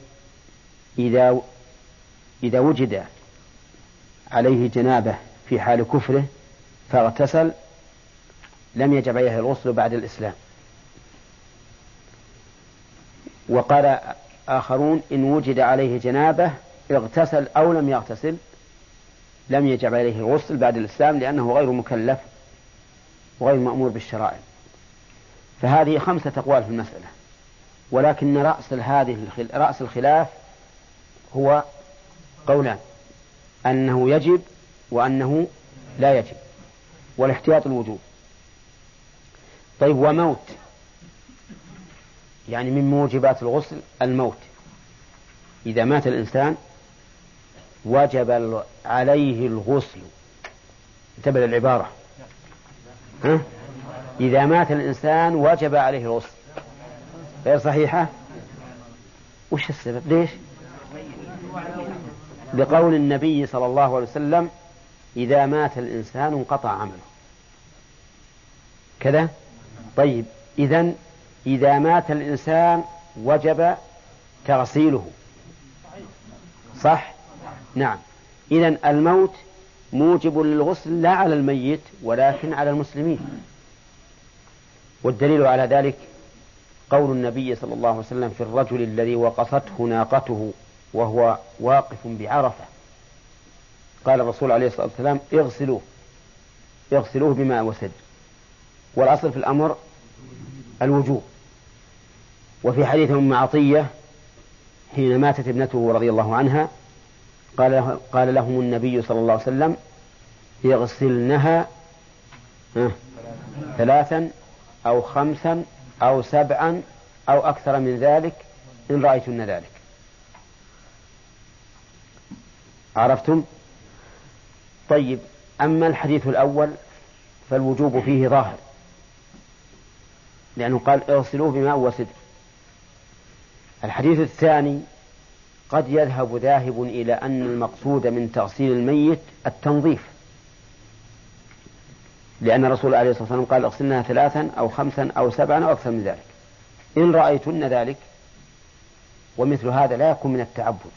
إذا وجد عليه جنابة في حال كفره فاغتسل لم يجب عليه الغسل بعد الإسلام. وقال آخرون إن وجد عليه جنابة اغتسل أو لم يغتسل لم يجب عليه الغسل بعد الإسلام، لأنه غير مكلف وغير مأمور بالشرائع. فهذه 5 أقوال في المسألة، ولكن رأس الخلاف هو قولان: أنه يجب وأنه لا يجب، والاحتياط الوجوب. طيب وموت، يعني من موجبات الغسل الموت. إذا مات الإنسان وجب عليه الغسل. انتبه للعبارة، إذا مات الإنسان وجب عليه الغسل، غير صحيحة. وش السبب؟ ليش؟ لقول النبي صلى الله عليه وسلم: إذا مات الإنسان انقطع عمله كذا. طيب إذن إذا مات الإنسان وجب تغسيله، صح؟ نعم. إذن الموت موجب للغسل لا على الميت ولكن على المسلمين. والدليل على ذلك قول النبي صلى الله عليه وسلم في الرجل الذي وقصته ناقته وهو واقف بعرفة، قال الرسول عليه الصلاة والسلام: اغسلوه بماء وسدر. والأصل في الأمر الوجوب. وفي حديث أم عطية حين ماتت ابنته رضي الله عنها قال لهم النبي صلى الله عليه وسلم: اغسلنها 3 أو 5 أو 7 أو أكثر من ذلك إن رأيتن ذلك. عرفتم؟ طيب، أما الحديث الأول فالوجوب فيه ظاهر، لأنه قال: اغسلوه بماء وسدر. الحديث الثاني قد يذهب ذاهب إلى أن المقصود من تغسيل الميت التنظيف، لأن الرسول عليه الصلاة والسلام قال: اغسلنها 3 أو 5 أو 7 أو أكثر من ذلك إن رأيتن ذلك. ومثل هذا لا يكون من التعبد،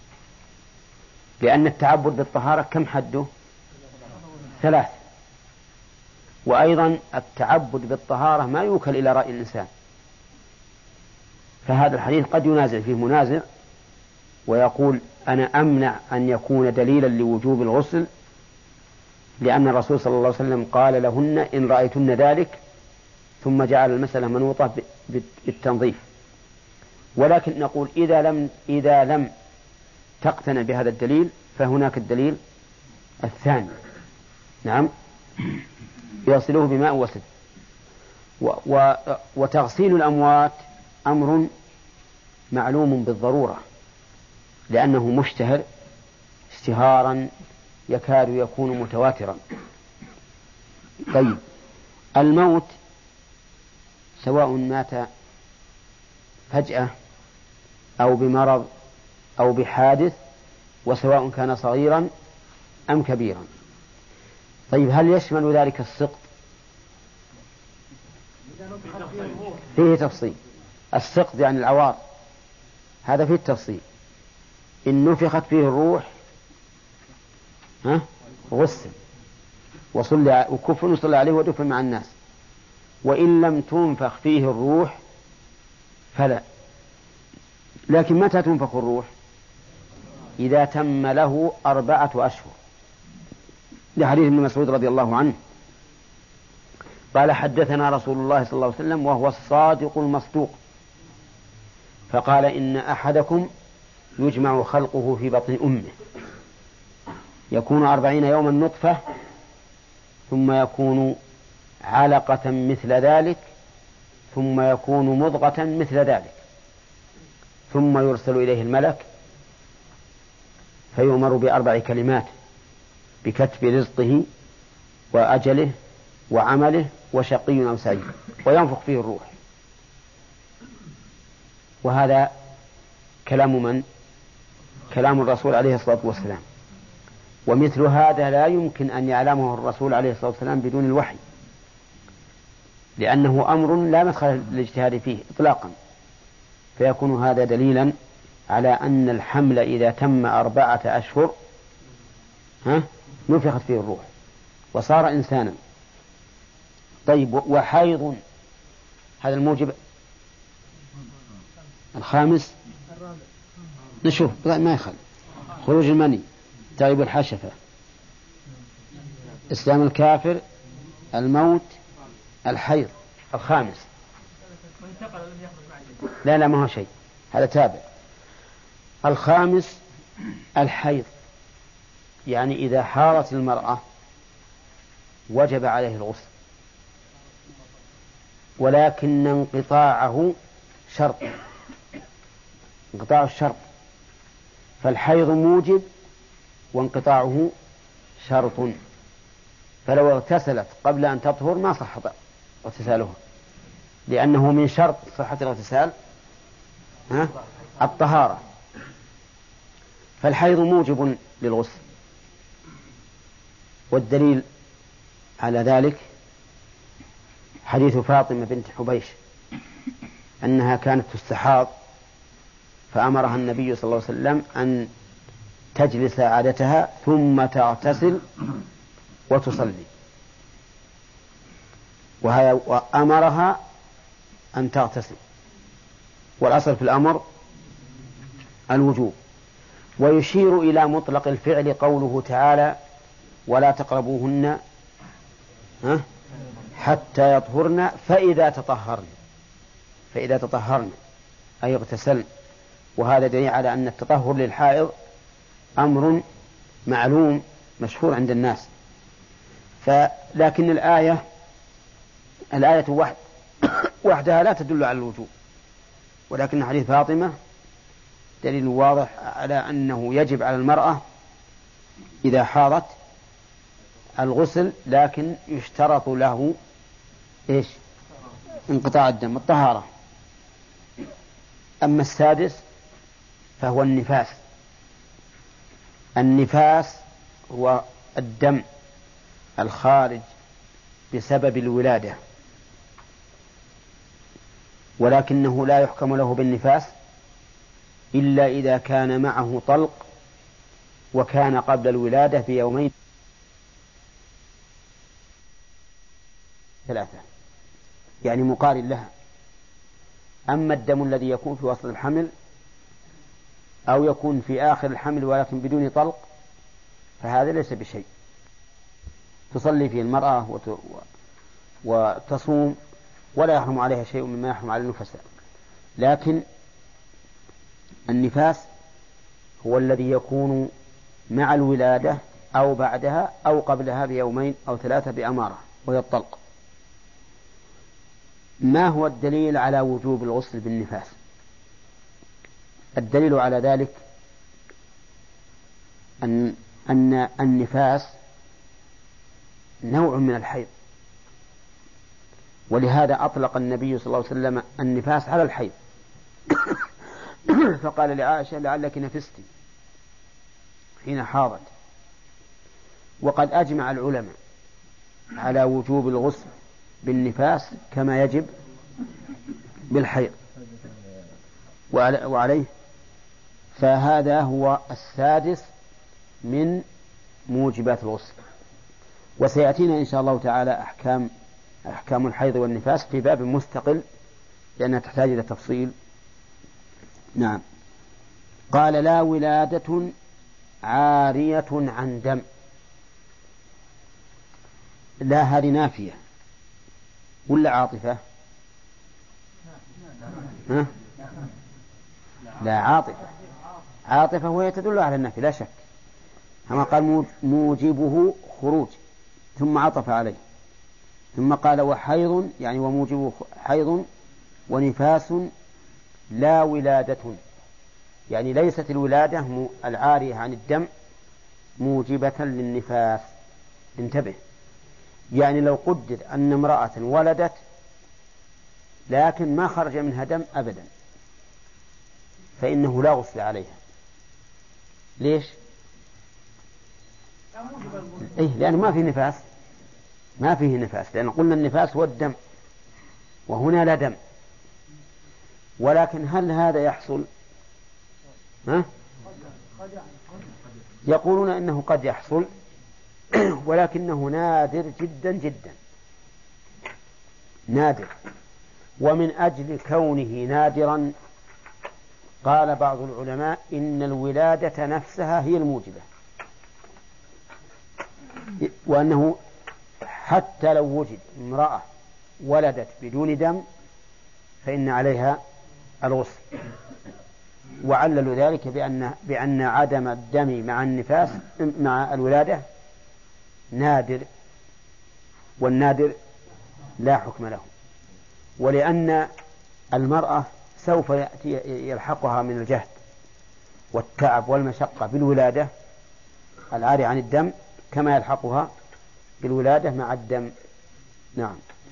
لأن التعبد بالطهارة كم حده؟ 3. وأيضا التعبد بالطهارة ما يوكل إلى رأي الإنسان. فهذا الحديث قد ينازع فيه منازع ويقول: أنا أمنع أن يكون دليلا لوجوب الغسل، لأن الرسول صلى الله عليه وسلم قال لهن: إن رأيتن ذلك، ثم جعل المسألة منوطة بالتنظيف. ولكن نقول: إذا لم تقتنع بهذا الدليل فهناك الدليل الثاني. نعم، يغسلوه بماء وسدر. وتغسيل الأموات أمر معلوم بالضرورة، لأنه مشتهر اشتهارا يكاد يكون متواترا. طيب، الموت سواء مات فجأة أو بمرض أو بحادث، وسواء كان صغيرا أم كبيرا. طيب، هل يشمل ذلك السقط؟ فيه تفصيل. السقط يعني العوار، هذا فيه التفصيل. إن نفخت فيه الروح غسل وكفن وصلى عليه ودفن مع الناس. وإن لم تنفخ فيه الروح فلا. لكن متى تنفخ الروح؟ إذا تم له 4 أشهر، لحديث ابن مسعود رضي الله عنه قال: حدثنا رسول الله صلى الله عليه وسلم وهو الصادق المصدوق، فقال: إن أحدكم يجمع خلقه في بطن أمه يكون 40 يوما نطفة، ثم يكون علقة مثل ذلك، ثم يكون مضغة مثل ذلك، ثم يرسل إليه الملك فيؤمر ب4 كلمات: بكتب رزقه وأجله وعمله وشقي أو سعيد، وينفخ فيه الروح. وهذا كلام من؟ كلام الرسول عليه الصلاة والسلام. ومثل هذا لا يمكن أن يعلمه الرسول عليه الصلاة والسلام بدون الوحي، لأنه أمر لا مدخل للاجتهاد فيه إطلاقا. فيكون هذا دليلا على أن الحمل إذا تم 4 أشهر نفخت فيه الروح وصار إنسانا. طيب، وحيض هذا الموجب الخامس. نشوف ما يخل: خروج المني، تعب الحشفة، إسلام الكافر، الموت، الحيض. الخامس لا ما هو شيء، هذا تابع. الخامس الحيض، يعني إذا حارت المرأة وجب عليه الغسل. ولكن انقطاعه شرط، انقطاع الشرط، فالحيض موجب وانقطاعه شرط، فلو اغتسلت قبل أن تطهر ما صح اغتسالها، لأنه من شرط صحة الاغتسال الطهارة، فالحيض موجب للغسل. والدليل على ذلك حديث فاطمة بنت حبيش أنها كانت تستحاض، فأمرها النبي صلى الله عليه وسلم أن تجلس عادتها ثم تغتسل وتصلي، وأمرها أن تغتسل، والأصل في الأمر الوجوب. ويشير إلى مطلق الفعل قوله تعالى ولا تقربوهن حتى يطهرن فإذا تطهرن أي اغتسلن، وهذا دليل على أن التطهر للحائض أمر معلوم مشهور عند الناس. لكن الآية وحدها لا تدل على الوجوب، ولكن حديث فاطمة دليل واضح على أنه يجب على المرأة إذا حاضت الغسل، لكن يشترط له انقطاع الدم، الطهارة. أما السادس فهو النفاس. النفاس هو الدم الخارج بسبب الولادة، ولكنه لا يحكم له بالنفاس إلا إذا كان معه طلق وكان قبل الولادة بيومين 3، يعني مقارن لها. أما الدم الذي يكون في وسط الحمل أو يكون في آخر الحمل ولكن بدون طلق فهذا ليس بشيء، تصلي فيه المرأة وتصوم ولا يحرم عليها شيء مما يحرم على النفساء. لكن النفاس هو الذي يكون مع الولادة أو بعدها أو قبلها بيومين أو 3 بأمارة، وهي الطلق. ما هو الدليل على وجوب الغسل بالنفاس؟ الدليل على ذلك أن النفاس نوع من الحيض، ولهذا أطلق النبي صلى الله عليه وسلم النفاس على الحيض فقال لعائشة لعلك نفست حين حاضت. وقد أجمع العلماء على وجوب الغسل بالنفاس كما يجب بالحيض وعليه، فهذا هو السادس من موجبات الغسل. وسيأتينا إن شاء الله تعالى أحكام الحيض والنفاس في باب مستقل لأنها تحتاج إلى تفصيل. نعم. قال لا ولادة عارية عن دم. لا هذه نافية ولا عاطفة؟ لا عاطفة وهي تدل على النفي لا شك، كما قال موجبه خروج ثم عطف عليه، ثم قال وحيض يعني وموجبه حيض ونفاس لا ولادة، يعني ليست الولادة العارية عن الدم موجبة للنفاس. انتبه، يعني لو قدر أن امرأة ولدت لكن ما خرج منها دم أبدا فإنه لا غسل عليها. ليش؟ لأنه ما فيه نفاس لأن قلنا النفاس هو الدم وهنا لا دم. ولكن هل هذا يحصل؟ يقولون إنه قد يحصل ولكنه نادر جدا جدا، نادر. ومن أجل كونه نادرا قال بعض العلماء إن الولادة نفسها هي الموجبة، وأنه حتى لو وجد امرأة ولدت بدون دم فإن عليها الغسل. وعللوا ذلك بأن عدم الدم مع النفاس مع الولادة نادر، والنادر لا حكم له. ولأن المرأة سوف يلحقها من الجهد والتعب والمشقة بالولادة العاري عن الدم كما يلحقها بالولادة مع الدم. نعم.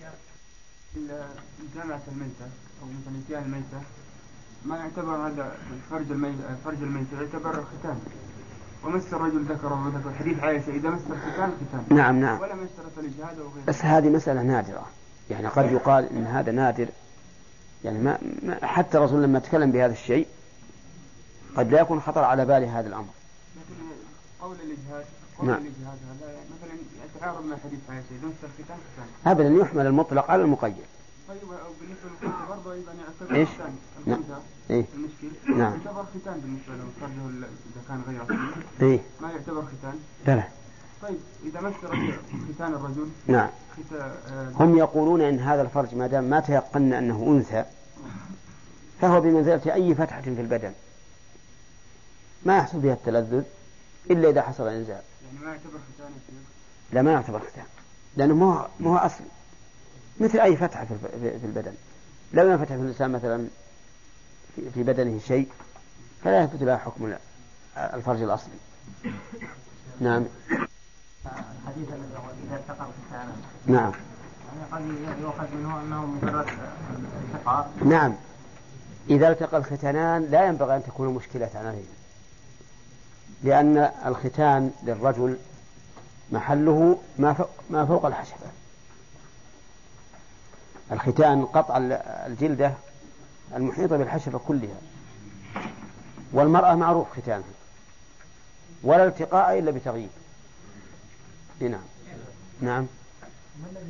جامعة الميتة أو مثل نسيان الميتة ما يعتبر هذا فرج الميت يعتبر ختان، ومس الرجل ذكره وذكر حديث عائشة إذا مس الختان ختان. نعم نعم. ولا يشترط الإجهاد أو غيره. بس هذه مسألة نادرة، يعني قد يقال إن هذا نادر، يعني ما حتى الرسول لما تكلم بهذا الشيء قد لا يكون خطر على باله هذا الأمر. لكن قول الإجهاد نعم. هذا مثلا يتعارض مع حديث عائشة إذا مس الختان ختان. أبدا يحمل المطلق على المقيد. طيب بالنسبة للختان برضه أيضا يعتبر إيش؟ ختان. نعم. إيه؟ المشكل نعم. يعتبر ختان بالنسبة له فرجه إذا كان غير أصلي. إيه؟ ما يعتبر ختان. لا. طيب إذا مس ختان الرجل. نعم. هم يقولون إن هذا الفرج ما دام ما تيقن أنه أنثى فهو بمنزلة أي فتحة في البدن ما يحصل بها التلذذ إلا إذا حصل إنزال. يعني ما يعتبر ختان يا شيخ؟ لا ما يعتبر ختان، لأنه ما هو أصل، مثل أي فتحة في البدن. لو ينفتح في الإنسان مثلا في بدنه شيء فلا يثبت لها حكم الفرج الأصلي. نعم. الحديث الذي هو إذا التقى الختان. نعم. يعني قد يؤخذ منه أنه مجرد التقاء. نعم. إذا التقى الختانان لا ينبغي أن تكون مشكلة عليه، لأن الختان للرجل محله ما فوق الحشفة. الختان قطع الجلدة المحيطة بالحشفة كلها، والمرأة معروف ختانها، ولا التقاء إلا بتغييب. نعم. نعم. ما الذي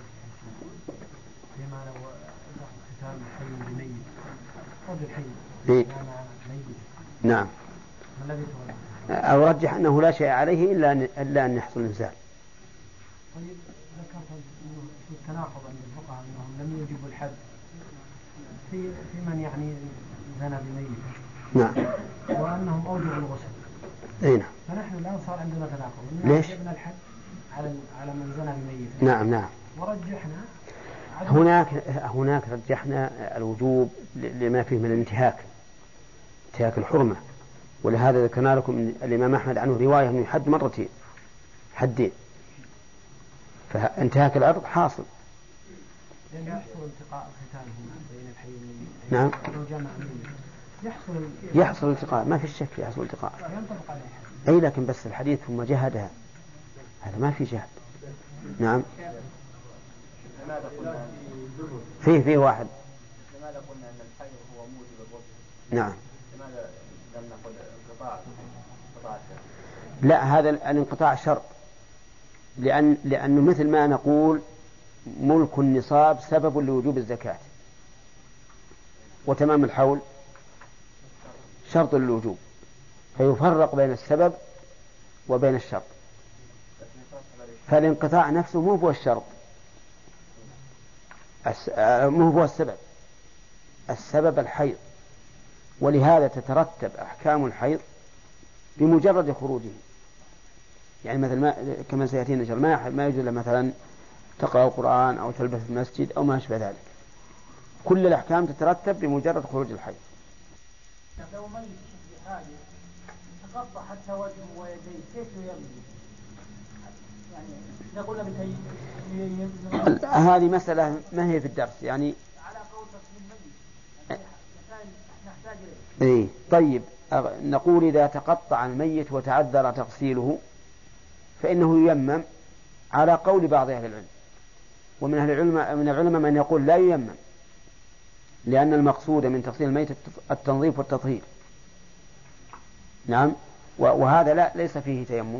فيما لو ختان حي بميت رجل حي إيه؟ ميت. نعم. ما الذي أو رجح أنه لا شيء عليه إلا أن يحصل إنزال. طيب ذكرت أنه في التناقض عند الفقهاء أنهم لم يوجبوا الحد في من يعني زنى بميت. نعم. وأنهم أوجبوا الغسل. أي نعم. فنحن الآن صار عندنا تناقض. ليش؟ جبنا الحد على من زنى بميت. نعم نعم. ورجحنا هناك رجحنا الوجوب لما فيه من انتهاك الحرمة، ولهذا ذكرنا لكم الإمام أحمد عنه رواية من حد مرتين، حدين، فانتهاك الأرض حاصل. لأن يحصل التقاء الختان بين الحي والميت. نعم. لو جمع الميت يحصل التقاء، ما في الشك يحصل التقاء. ينطبق عليه. أي لكن بس الحديث ثم جهدها، هذا ما في جهد. نعم. فيه واحد. لماذا قلنا أن الحي هو موجب الغسل؟ نعم. لماذا لم نقل انقطاع لا، هذا الانقطاع شرط، لأنه مثل ما نقول ملك النصاب سبب لوجوب الزكاة، وتمام الحول شرط للوجوب، فيفرق بين السبب وبين الشرط. فالانقطاع نفسه مو هو الشرط، مو هو السبب الحيض، ولهذا تترتب أحكام الحيض بمجرد خروجه. يعني مثل كما سيأتينا إن شاء الله ما يجوز مثلا تقرأ القرآن أو تلبس في المسجد أو ما أشبه ذلك، كل الأحكام تترتب بمجرد خروج الحيض. لو ميت بحاجة تقطع حتى وجهه ويديه كيف يمضي؟ يعني نقول هذه مسألة ما هي في الدرس، يعني على قول تصميم الميت نحتاج إليه. إيه طيب، نقول إذا تقطع الميت وتعذر تغسيله فإنه ييمم على قول بعض أهل العلم، ومن أهل العلماء من يقول لا ييمم، لأن المقصود من تغسيل الميت التنظيف والتطهير. نعم. وهذا ليس فيه تيمم،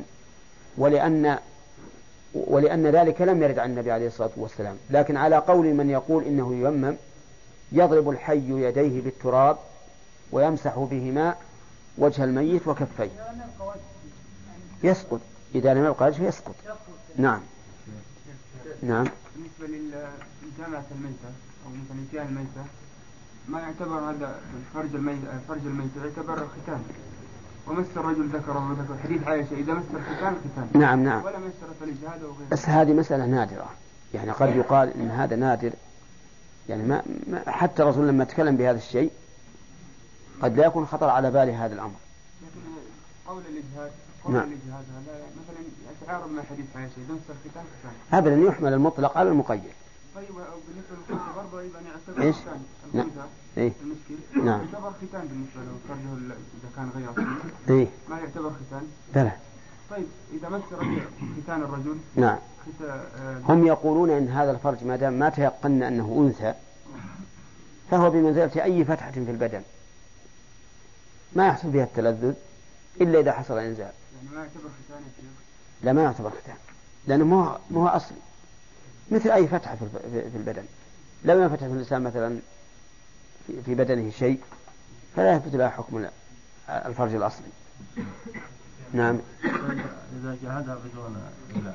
ولأن ذلك لم يرد عن النبي عليه الصلاة والسلام. لكن على قول من يقول إنه ييمم، يضرب الحي يديه بالتراب ويمسح بهما وجه الميت وكفيه، يسقط. إذا لم يبقى وجهه يسقط. نعم. نعم. بالنسبة لجامعة الميتة أو مثل نسيان الميتة ما يعتبر هذا فرج الميت يعتبر ختان، ومس الرجل ذكره وذكر حديث عائشة إذا مس الختان ختان. نعم نعم. ولا مس الإجهاد وغيره. بس هذه مسألة نادرة، يعني قد يقال إن هذا نادر، يعني حتى الرسول لما تكلم بهذا الشيء قد لا يكون خطر على باله هذا الأمر. لكن قول الإجهاد هذا مثلا يتعارض مع حديث عائشة إذا نص الختان ختان. أبدا يحمل المطلق على المقيد. طيب بالنسبة للخنثى برضه أيضا يعتبر إيش؟ ختان. نعم. الخنثى المشكل نعم. يعتبر ختان بالنسبة له فرجه إذا كان غير أصلي. إيه؟ ما يعتبر ختان. بلى. طيب إذا مس رجل ختان الرجل. نعم. هم يقولون إن هذا الفرج ما دام ما تيقن أنه أنثى فهو بمنزلة أي فتحة في البدن ما يحصل فيها التلذذ إلا إذا حصل إنزال. يعني ما يعتبر ختان يا شيخ؟ لا ما يعتبر ختان لأنه ما هو أصلي مثل أي فتحة في البدن. لو ينفتح في الإنسان مثلا في بدنه شيء فلا يثبت له حكم الفرج الأصلي. نعم. إذا جهدها بدون علاج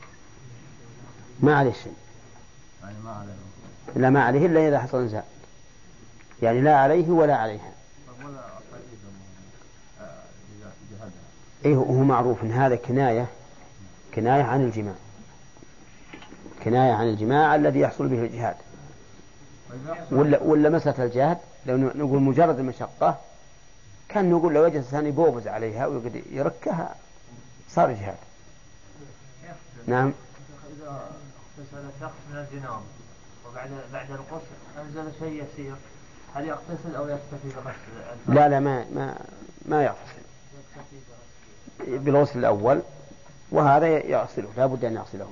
ما عليه شيء. يعني ما عليه. لا ما عليه إلا إذا حصل إنزال يعني لا عليه ولا عليها. ولا إذا جهدها. إيه هو معروف إن هذا كناية عن الجماع. كناية عن الجماع الذي يحصل به الجهاد. ولا مسألة الجهاد لو نقول مجرد المشقة كان نقول لو وجد إنسان يبوبز عليها ويقدر يركها صار جهاد. نعم. إذا اغتسل شخص من الجنابة وبعد الغسل أنزل شيء يسير هل يغتسل أو يكتفي بغسل؟ لا ما يغتسل بالغسل الأول وهذا يغسله لا بد أن يغسله.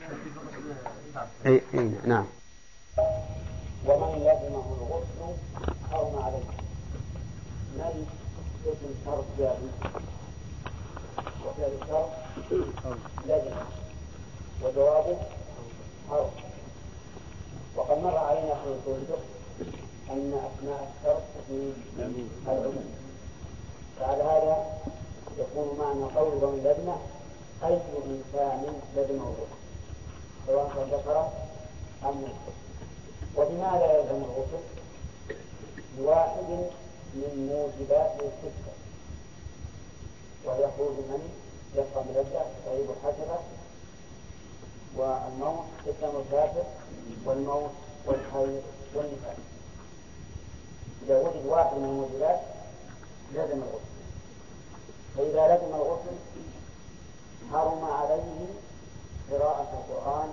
إيه نعم. ومن لزمه الغسل حرم عليه. من اسم شرط جائز وفعل الشرط لزم وجوابه حرم. وقد مر علينا في اصول الفقه ان اسماء الشرط في العموم فعلى هذا يكون معنى قول ومن لزمه اي انسان لزمه الغسل سواء كان ذكر ام انثى. وبماذا يلزم الغسل؟ بواحد من موجبات الستة وهي خروج من يبقى ملذة تغيب الحشرة والموت إسلام الكافر والموت والحيض والنفاس. إذا وجد واحد من الموجبات لازم الغسل. فإذا لزم الغسل حرم عليه قراءة القرآن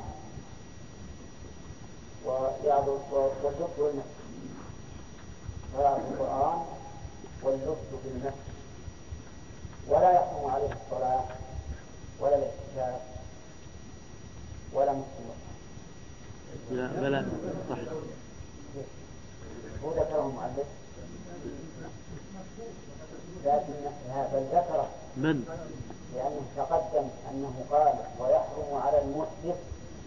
واللبس والمسح. قراءة القرآن واللبس بالمسح. ولا يحرم عليه الصلاة ولا الاعتكاف ولا مسلم. بلى صح. هو ذكره المؤلف لكن بل ذكره لأنه تقدم أنه قال ويحرم على المحدث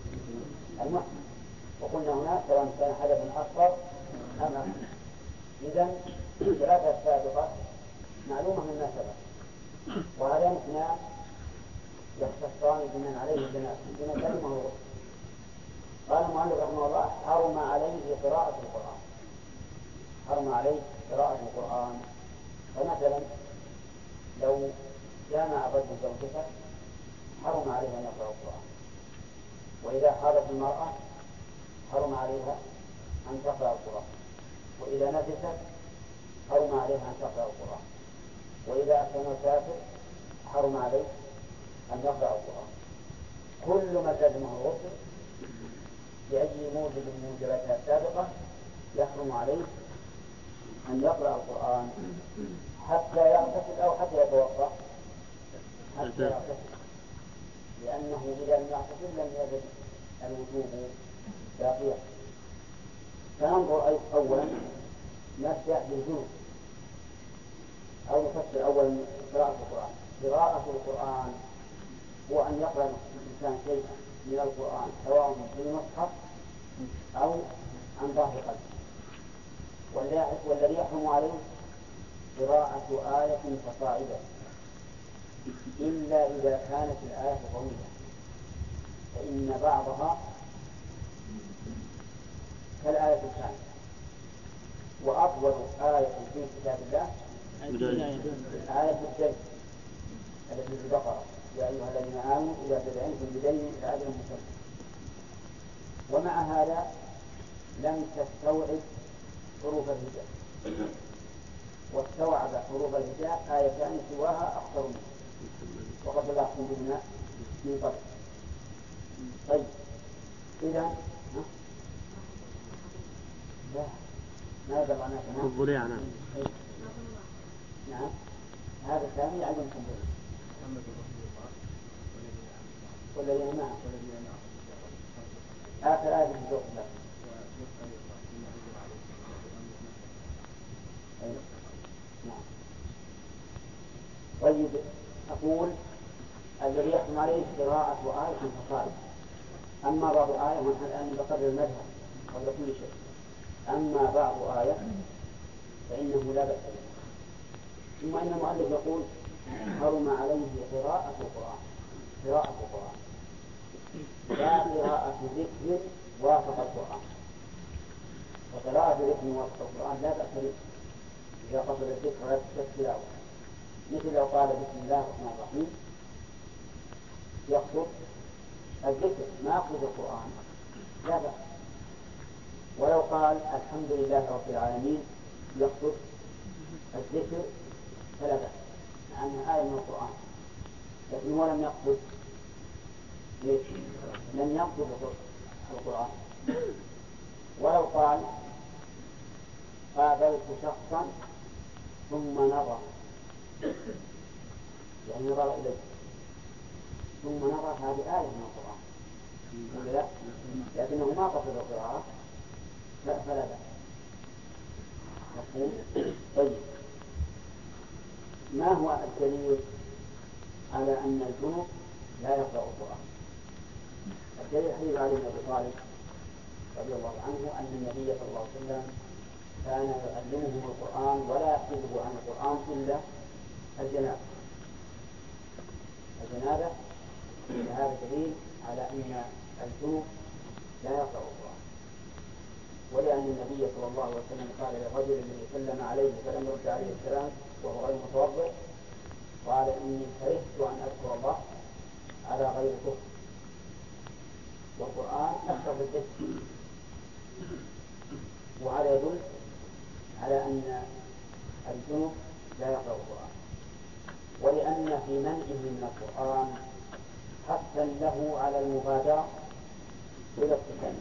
وقلنا هناك سواء كان حدث أصغر أم أكبر. إذن الثلاثة السابقة معلومة من ما سبق وهذا اثنان يختصان بمن عليه الجناح بمن كلمه الغسل. قال المؤلف رحمه الله حرم عليه قراءة القرآن. حرم عليه قراءة القرآن. فمثلا لو جامع الرجل زوجته حرم عليه أن يقرأ القرآن. وإذا حاضت المرأة حرم عليها أن تقرأ القرآن. وإذا نفست حرم عليها أن تقرأ القرآن. وإذا أكل الكافر حرم عليه أن يقرأ القرآن. كل ما لزمه الغسل بأي موجب من موجباتها السابقة يحرم عليه أن يقرأ القرآن حتى يغتسل أو حتى يتوضأ. حتى يغتسل لأنه إذا لم يغتسل لم يجد الوجوب باقيا. فننظر أولا نبدأ بالجنوب أو نفسر أولا قراءة القرآن. قراءة القرآن هو أن يقرأ الإنسان شيئا من القرآن سواء في المصحف أو عن ظهر قلب. والذي يحرم عليه قراءة آية فصاعدة إلا إذا كانت الآية طويلة فإن بعضها كالآية الثانية. وأطول آية في كتاب الله آية الدين التي في البقرة يا أيها الذين آمنوا إذا تدعيتم بدين إلى أجل مسمى. ومع هذا لم تستوعب حروف الهجاء، واستوعب حروف الهجاء آيتان سواها أكثر منها، وقد بلغتم بهما من قبل. طيب إذا لا ما بلغنا الضليع. نعم. نعم هذا الثاني يعلمكم به والذين معه آخر آية في سورة الله. نعم. طيب أقول الذي يحكم عليه قراءة آية فصائل. أما بعض آية ونحن الآن نقرر المذهب قبل كل شيء. أما بعض آية فإنه لا بأس به. ثم إن المؤلف يقول حرم عليه قراءة القرآن، قراءة القرآن لا قراءة ذكر وافق القرآن. وقراءة ذكر وافق القرآن لا بأس به إذا قصد الذكر ولا التلاوة، مثل لو قال بسم الله الرحمن الرحيم يقصد الذكر ما يقصد القرآن لا بأس. ولو قال الحمد لله رب العالمين يقصد الذكر فلا بأس، مع أنها آية من القرآن، لكن هو لم يقصد لم يقصد القرآن. ولو قال قابلت شخصا ثم نظر، يعني نظر إليه ثم نظر، هذه آية من القرآن ولا لا؟ لكنه ما قصد القراءة فلا بأس. طيب ما هو الدليل على أن الجنوب لا يقرأ القرآن؟ الدليل حديث علي بن أبي طالب رضي الله عنه أن النبي صلى الله عليه وسلم كان يعلمهم القرآن ولا يحفظه عن القرآن إلا الجنابة. هذا دليل على أن الجنوب لا يقرأ القرآن. ولأن النبي صلى الله عليه وسلم قال للرجل الذي سلم عليه فلم يرد عليه السلام وهو غير متوضئ، قال إني كرهت أن أذكر الله على غير كفر، والقرآن أكثر بالذكر. وهذا يدل على أن الجنوب لا يقرأ القرآن، ولأن في منعه من القرآن حثا له على المبادرة إلى التكلم.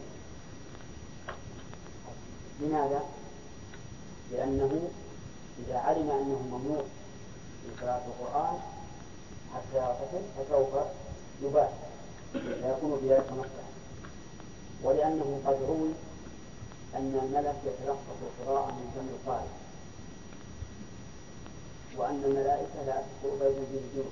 لماذا؟ لأنه إذا علم أنه ممنوع من قراءة القرآن حتى يغتسل فسوف يباشر فيكون في ذلك مصلحة. ولأنه قد روي أن الملك يتلقف القراءة من فم القارئ، وأن الملائكة لا تخطئ بين به الجنوب.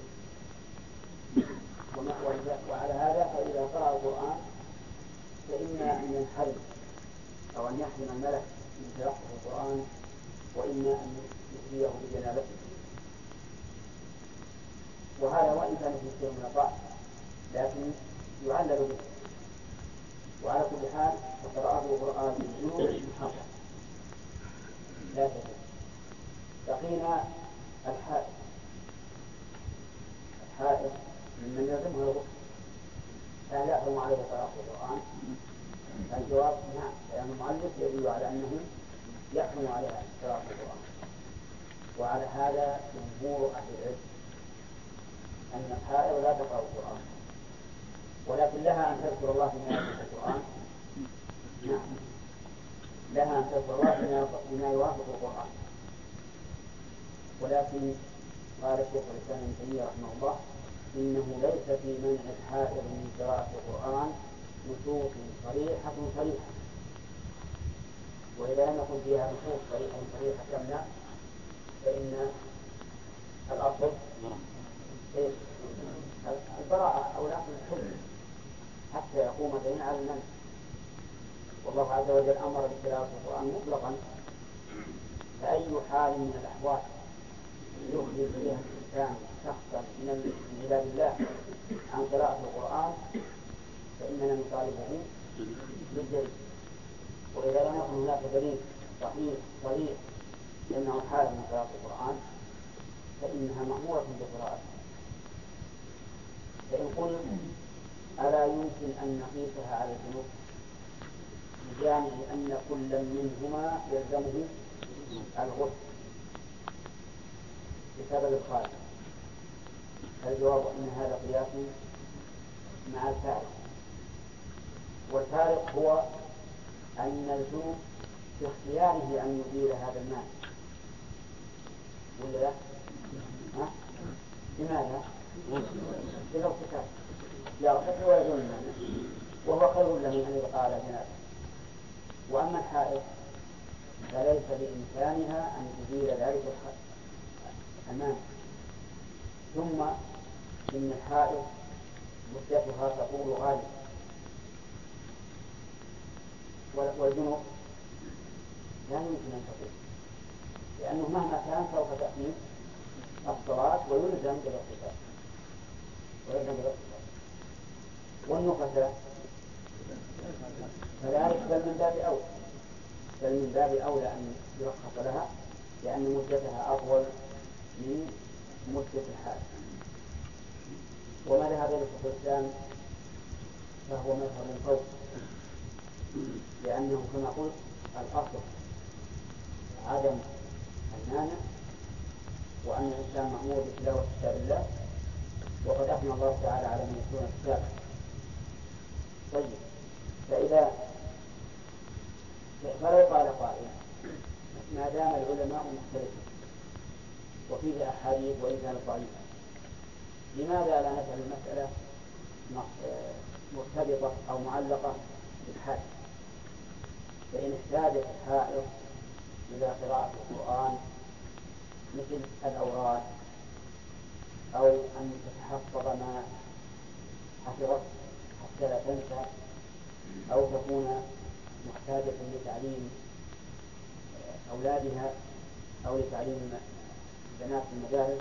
وعلى هذا فإذا قرأ القرآن فإما أن ينحرم أو أن يحرم الملك من تلقف القرآن، وإما أن يؤذيه بجنابته. وهذا وإن كان في شيء من الضعف لكن يعلل به. وعلى كل حال فقراءة القرآن بالجنوب محرم لا تجوز. بقينا الحائض ممن يلزمها الغسل، هل يحرم عليه قراءة القرآن؟ الجواب نعم، لأن المؤلف يدل على أنه يحرم عليها قراءة القرآن. وعلى هذا جمهور أهل العلم أن الحائض لا تقرأ القرآن، ولكن لها أن تذكر الله بما يوافق القرآن. نعم لها أن تذكر الله بما يوافق القرآن، ولكن قال الشيخ الإسلام ابن تيمية رحمه الله إنه ليس في منع الحائض من قراءة القرآن نصوص صريحة، وإذا لم يكن فيها نصوص صريحة تمنع فإن الأصل البراءة أو الأصل الحكم حتى يقوم دين على المنع. والله عز وجل أمر بقراءة القرآن مطلقا، فأي حال من الأحوال يخرج فيها الإنسان شخصا من عباد الله عن قراءة القرآن فإننا نطالبه بالدليل. وإذا لم يكن هناك دليل صحيح لأنه حال من قراءة القرآن فإنها مأمورة بقراءته. فإن قلنا ألا يمكن أن نقيسها على الجنوب بجانب أن كل منهما يلزمه الغسل بسبب الخارج. الجواب أن هذا قياس مع الفارق، والفارق هو أن الجنوب في اختياره أن يزيل هذا الماء ولا لا؟ لماذا؟ للاغتسال يغتسل ويزول الماء وهو خير له من أن يبقى على جنابه. وأما الحائض فليس بإمكانها أن تزيل ذلك الماء. ثم إن الحائض مدتها تطول غالبا، والجنوب لا يمكن أن تطول، لأنه مهما كان سوف تأتي الصلاة ويلزم بالاغتسال. والنفساء كذلك بل من باب أولى أن يرخص لها، لأن مدتها أطول من مدة الحال. وما ذهب إلى شيخ الإسلام فهو مذهب قوي، لأنه كما قلت الأصل عدم المانع، وأن الإنسان مأمور بتلاوة كتاب الله، وقد أثنى الله تعالى على من يتلون كتابه. طيب، فلو قال قائل ما دام العلماء مختلفين وفيه أحاديث وإن كانت ضعيفة، لماذا لا نجعل المسألة مرتبطة أو معلقة بالحال؟ فإن احتاجت الحائض إلى قراءة القرآن مثل الأوراد أو أن تتحفظ ما حفظت حتى لا تنسى، أو تكون محتاجة لتعليم أولادها أو لتعليم بنات المدارس،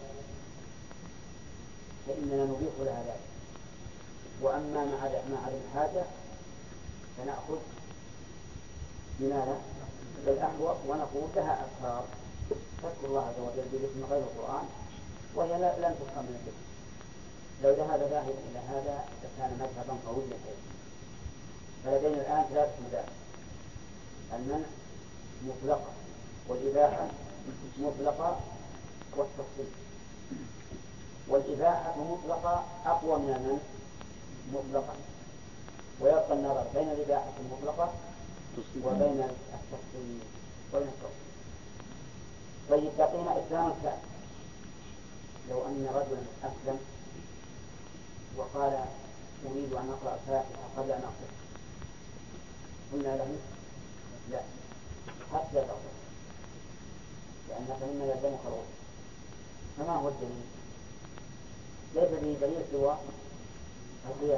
فإننا نبيح لها ذلك. وأما مع عدم الحاجة فنأخذ بماذا؟ بالأحوط، ونقول لها أذكار تذكر الله عز وجل باسم غير القرآن، وهي لن تفهم من الذكر. لو ذهب ذاهب إلى هذا لكان مذهبا قويا. فلدينا الآن ثلاثة مذاهب: المنع مطلقة، والإباحة مطلقة، والتفصيل. والإباحة مطلقة أقوى من المنع مطلقة، ويبقى النظر بين الإباحة المطلقة وبين التفصيل. طيب، بقينا إسلام الكافر. لو أن رجلا أسلم وقال أريد أن أقرأ الفاتحة قبل أن أغتسل، قلنا له لا حتى تغتسل، لأنك مما يلزمك الغسل. فما هو الدليل؟ ليس به دليل سوى القياس.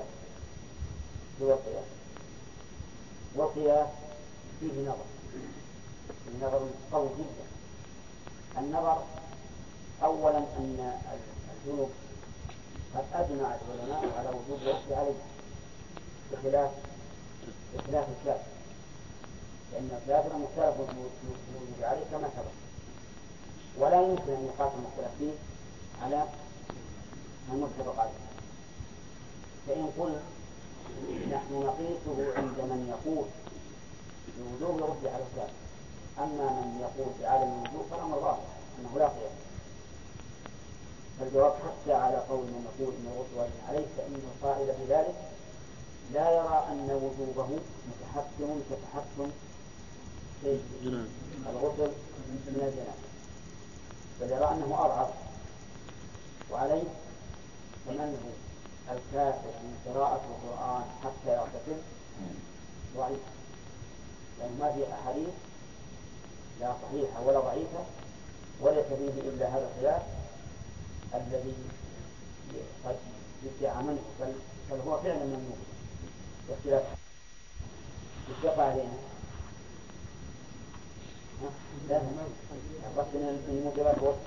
والقياس فيه نظر قوي جدا. النظر أولا أن الجنوب قد أجمع العلماء على وجوب الغسل عليه بخلاف الكافر، لأن الكافر مختلف الوجوب عليه كما سبق، ولا يمكن أن يقاس المختلف فيه على المتفق عليه. فإن قلنا نحن نقيسه عند من يقول بوجوب الغسل على الكافر، أما من يقول بعدم الوجوب فالأمر واضح أنه لا قياس. فالجواب حتى على قول من يقول إن الغسل واجب عليه، فإن القائل بذلك لا يرى أن وجوبه متحكم كتحكم في الغسل من الجنابة، بل يرى أنه أضعف. وعليه فمنه الكافر من قراءة القرآن حتى يغتسل ضعيف، لأن ما في أحاديث لا صحيحة ولا ضعيفة، وليس فيه إلا هذا الخلاف الذي قد يدعى منه، بل هو فعلا ممنوع. واختلاف يتبقى علينا لا الرسل من موجبات الوصف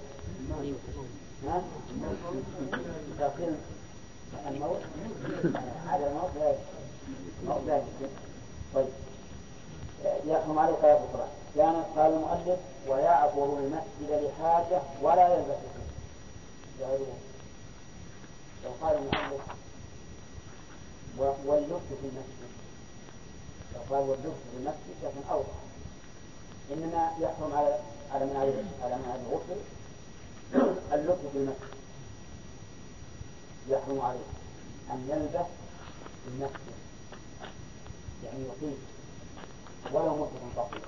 تأخير الموت على الموت لا يمكن. طيب، يحكم عليه قياس القرآن. كان قال المؤلف ويعبر المسجد لحاجة ولا يلبس فيه. لو قال المؤلف واللبس في المسجد لو قال واللبس بالمسجد لكن أوضح. إنما يحرم على من الغسل اللبس بالمسجد، يحرم عليه أن يلبس بالمسجد، يعني يطيب ولو مدة طويلة.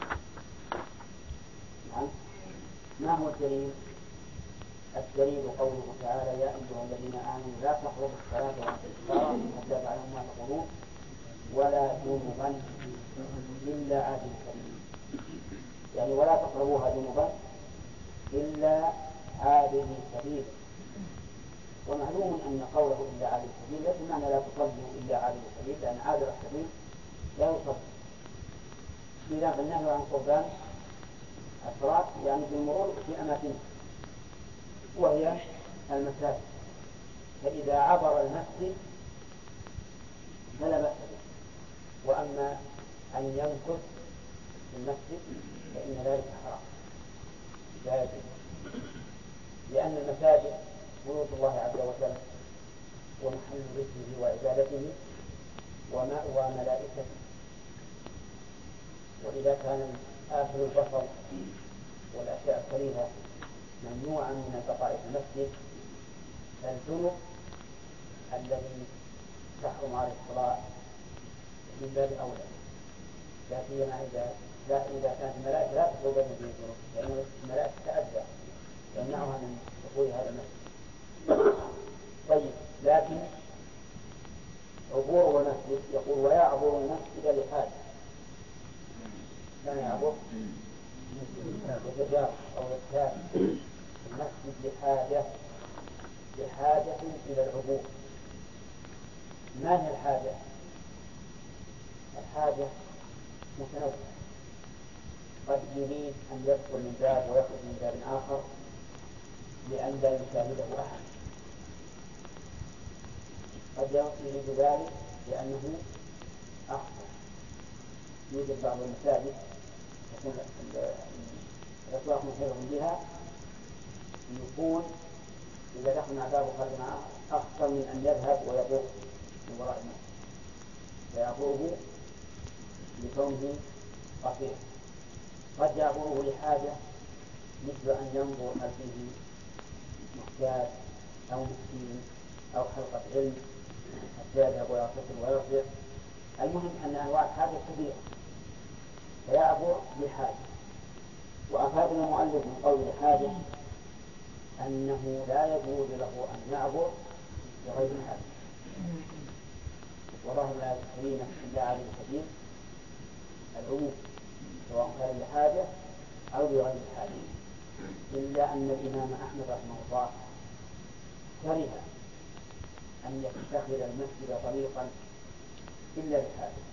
نعم. ما هو الدليل؟ الدليل قوله تعالى: يا أيها الذين آمنوا لا تقربوا الصلاة وأنتم سكارى حتى تعلموا ما تقولون ولا جنبا إلا عابر سبيل. يعني ولا تقربوها جنبا إلا عابر سبيل. ومعلوم أن قوله إلا عابر سبيل ليس معنى لا تصلوا إلا عابر سبيل، لأن عابر السبيل لا يصلي. إذا فالنهي عن قربان الصلاة يعني في المرور في أماكن وهي المساجد، فإذا عبر المسجد فلا بأس به. وأما أن يمكث في المسجد فإن ذلك حرام لا يجوز، لأن المساجد بيوت الله عز وجل ومحل ذكره وعبادته ومأوى ملائكته. وإذا كان آكل البصر والأشياء الكريهة ممنوعا من البقاء في المسجد، فالجنب الذي تحرم عليه الصلاة من باب أولى، لا سيما إذا كانت الملائكة لا تدخل بين الجنوب، لأن الملائكة تتأذى يمنعها من دخول هذا المسجد. طيب، لكن عبور المسجد يقول: ويعبر المسجد لحاجة. لا يعبر يتجار أو يتجار المسجد لحاجة إلى العبور. ما هي الحاجة؟ الحاجة متنوعة، قد يريد أن يدخل من باب ويخرج من باب آخر لأن لا يشاهده أحد، قد يريد ذلك لأنه أخطر. يوجد بعض المساجد يكون الأسواق محيطة بها، يكون إذا دخل مع باب وخرج معه أخطر من أن يذهب ويطوف من وراء المسجد، فيعبره لكونه قصير. قد يعبره لحاجة، مثل أن ينظر هل فيه محتاج أو مسكين أو حلقة علم حتى يذهب ويغتسل ويرجع. المهم أن أنواع الحاجة كثيرة، فيعبر لحاجة. وأفادنا المؤلف من قول الحاجة أنه لا يجوز له أن يعبر بغير حاجة. وظاهر الآية الكريمة إلا عابر السبيل العموم، سواء كان لحاجة أو بغير حاجة، إلا أن الإمام أحمد رحمه الله كره أن يتخذ المسجد طريقا إلا لحاجة.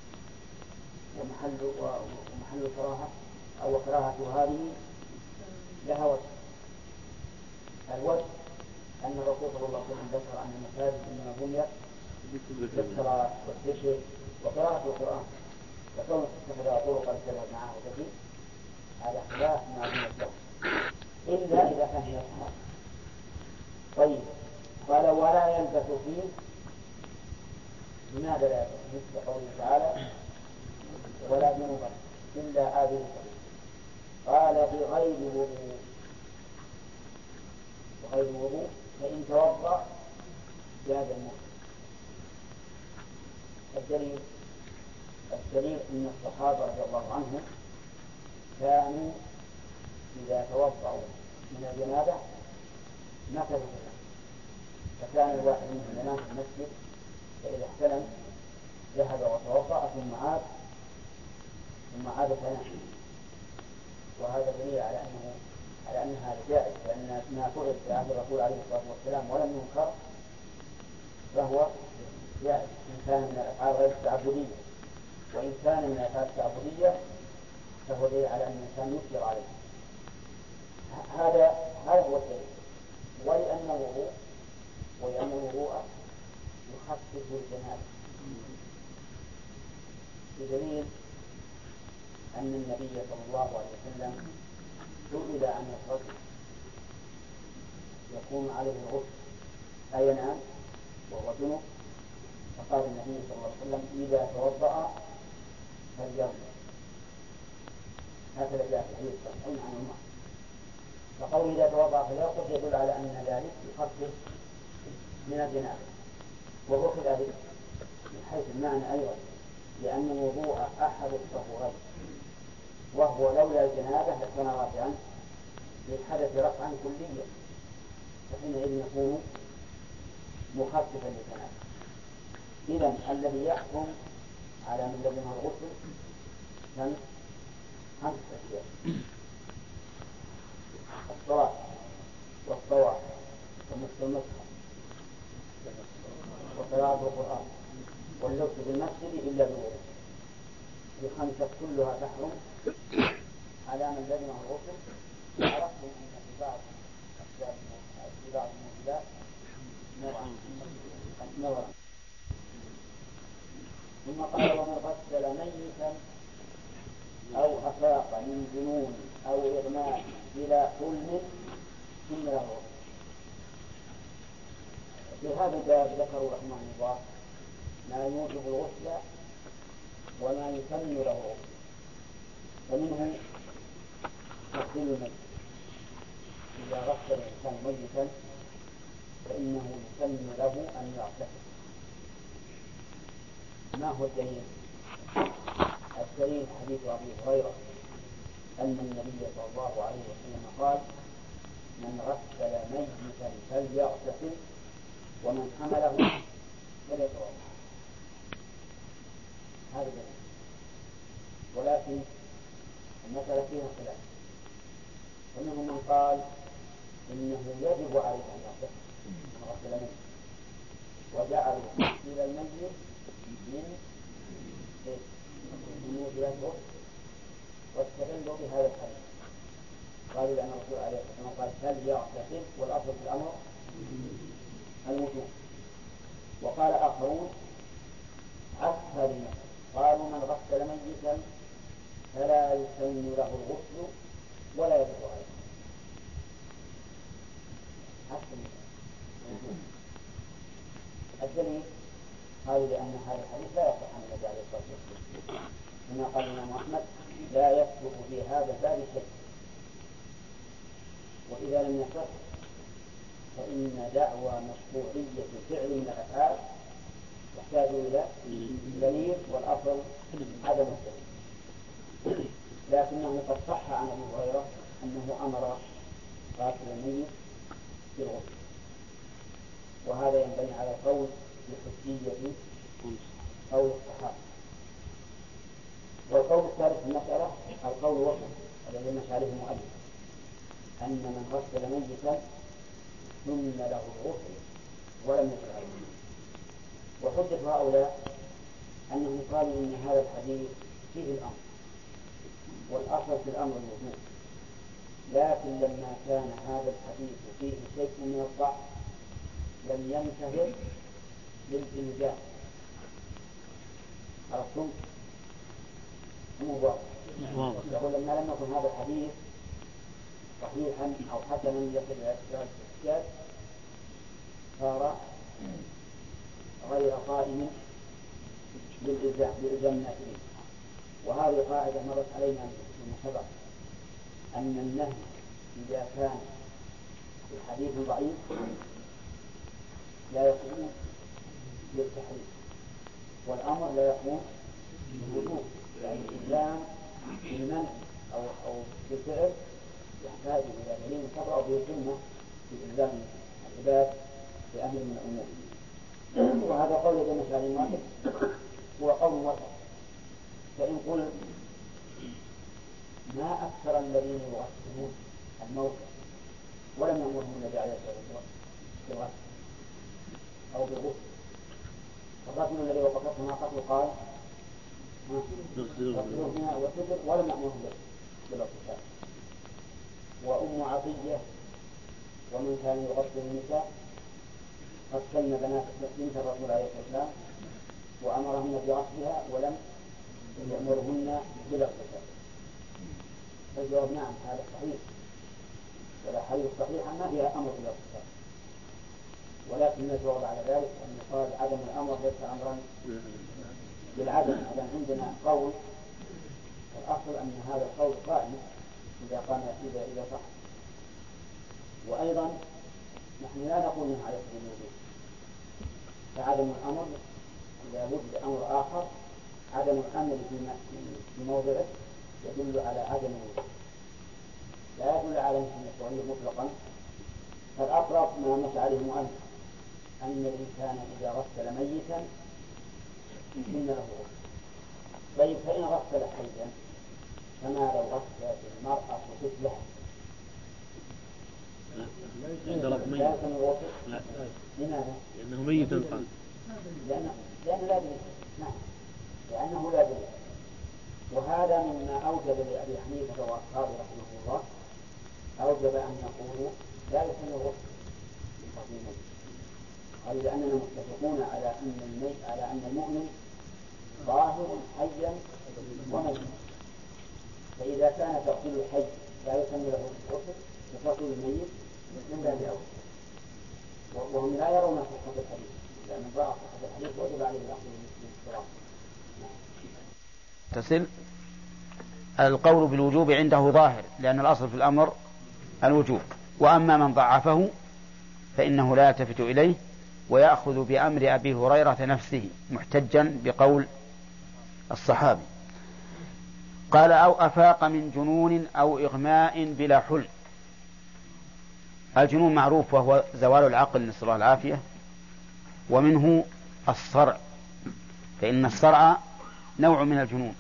ومحل كراهة أو كراهة هذه لها وجه. الوجه أن الرسول صلى الله عليه وسلم ذكر أن المساجد إنما بنيت للصلاة والذكر وقراءة القرآن، فكون تتخذ طرقا للجلوس معه وتجيء هذا خلاف ما بين الجو إلا إذا كان هي الصلاة. طيب، قال: ولا يلبث فيه. لماذا لا يلبث؟ مثل قوله تعالى: ولا جنوبا إلا عابر سبيل. قال: بغير وضوء فإن توضأ جاز المسلم. الدليل أن الصحابة رضي الله عنهم كانوا إذا توضأوا من الجنابة مكثوا فيها، فكان الواحد منهم ينام في المسجد، فإذا احتلم ذهب وتوضأ ثم عاد فينام. وهذا دليل على أن هذا جائز، لأن ما فرض في عهد الرسول عليه الصلاة والسلام ولم ينكر فهو جائز إن كان من الأفعال غير التعبدية، وإن كان من الأفعال التعبدية فهو دليل على أن الإنسان يكثر عليه. هذا هو الدليل. ولأن الوضوء يخفف الجنابة، بدليل أن النبي صلى الله عليه وسلم سئل عن الرجل يكون عليه الغسل أينام وهو جنب، فقال النبي صلى الله عليه وسلم: إذا توضأ فليرمي. هكذا جاء في الحديث الصحيح عن عمر. فقوله إذا توضأ فليرقد يدل على أن ذلك يخفف من الجنابة، وهو كذلك من حيث المعنى أيضا، لأن الوضوء أحد الطهورين، وهو لولا الجنابة لكان رافعا للحدث رفعا كليا، فحينئذ يكون مخففا للجنابة. إذن الذي يحكم على من لزمه الغسل من 5 أشياء: الصلاة والطواف ومس المصحف وقراءة القرآن واللبس في المسجد إلا بالوضوء. ال5 كلها تحرم على من لزمه الغسل. عرفتم أن في بعض الموجودات نظرا. ثم قال: ومن غسل ميتا أو أفاق من جنون أو إغماء بلا حلم ثم له غسل. في هذا الباب ذكروا رحمه الله ما يوجب الغسل وما يسن له الغسل. ومنه غسل الميت، إذا غسل الإنسان ميتا فإنه يسن له أن يغتسل. ما هو الدليل؟ الدليل حديث أبي هريرة أن النبي صلى الله عليه وسلم قال: من غسل ميتا فليغتسل ومن حمله فليتوضأ. هذا دليل. ولكن المسألة فيها خلاف، ومنهم من قال إنه يجب عليه أن يغتسل من غسل ميت، وجعلوا تغسيل الميت من موجبات الغسل، واستدلوا بهذا الحديث. قالوا لأن الرسول عليه الصلاة والسلام قال: فليغتسل، والأصل في الأمر الوجوب. وقال آخرون عكس هذه المسألة، قالوا: من غسل ميتا فلا يسن له الغسل ولا يجب عليه. الدليل قالوا لأن هذا الحديث لا يصح عن النبي عليه الصلاة والسلام، كما قال الإمام أحمد: لا يثبت في هذا الباب شيء. وإذا لم يصح فإن دعوى مشروعية فعل من الأفعال تحتاج إلى دليل، والأصل عدم الدليل. لكنه قد صح عن أبي هريرة أنه أمر غاسل الميت بالغسل، وهذا ينبني على القول بالحجية أو الصحابة. والقول الثالث في المسألة القول وسط الذي مشى عليه المؤلف، أن من غسل ميتا سن له الغسل ولم يجب عليه. وحجة هؤلاء أنهم قالوا إن هذا الحديث فيه الأمر، والأصل في الأمر الوجوب، لكن لما كان هذا الحديث فيه شيء من الضعف لم ينتهي للإلزام. عرفتم؟ مو واضح. يقول لما لم يكن هذا الحديث صحيحا أو حسنا يصل إلى الاحتجاج صار غير قائم بالإلزام الناكرين. وهذه قاعدة مرت علينا من سبق، أن النهي إذا كان الحديث ضعيف لا يكون بالتحريم، والأمر لا يكون بالوجوب، يعني الإلزام بالمنع أو بالفعل يحتاج إلى دليل قطع أو بالسنة في إلزام العباد بأمر من الأمور. وهذا قول ابن مسعود واحد هو قول وسط. فإن قل ما أكثر الذين يغسلون الموتى ولم يأمرهم النبي عليه الصلاة والسلام بالغسل أو بالغسل، فالرجل الذي وقفته ناقته قال غسلوا بنا وسدر ولم يأمرهم بالاغتسال. وأم عطية ومن كان يغسل النساء غسلن بنت الرسول عليه الصلاة والسلام وأمرهن بغسلها ولم يأمرهن بالاغتسال. فالجواب نعم، هذا صحيح، والأحاديث الصحيحة ما فيها أمر بالاغتسال، ولكن الجواب على ذلك أن يقال عدم الأمر ليس أمرا بالعدم. هذا عندنا قول والأصل أن هذا القول قائم إذا صح. وأيضا نحن لا نقول إنه على سبيل الوجوب، فعدم الأمر إذا وجد أمر آخر عدم الأمر في موضعه يدل على عدم الوجوب، لا يدل على المشروعية مطلقا. فالأقرب ما مشى عليه المؤلف أن الإنسان إذا غسل ميتا يسن له غسل. طيب فإن غسل حيا فما لو غسلت المرأة طفلها لا يسن الغسل؟ لا. لماذا؟ لأنه ميت قال. لأنه لا دليل. نعم، لأنه لا دليل. وهذا مما أوجب لأبي حنيفة وأصحابه رحمه الله، أوجب أن يقولوا لا يسن الغسل من قتل الميت. قالوا لأننا متفقون على أن المؤمن ظاهر حيا وميتا، فإذا كان تقتيل الحي لا يسن له الغسل وتقتيل الميت من باب أولى. وهم لا يرون صحة الحديث، لأن ضاع صحة الحديث وجب عليه الأخذ من الصراط. تصل القول بالوجوب عنده ظاهر، لأن الأصل في الأمر الوجوب. وأما من ضعفه فإنه لا يلتفت إليه ويأخذ بأمر أبي هريرة نفسه محتجا بقول الصحابي. قال أو أفاق من جنون أو إغماء بلا حل. الجنون معروف وهو زوال العقل نسأل الله العافية، ومنه الصرع، فإن الصرع نوع من الجنون.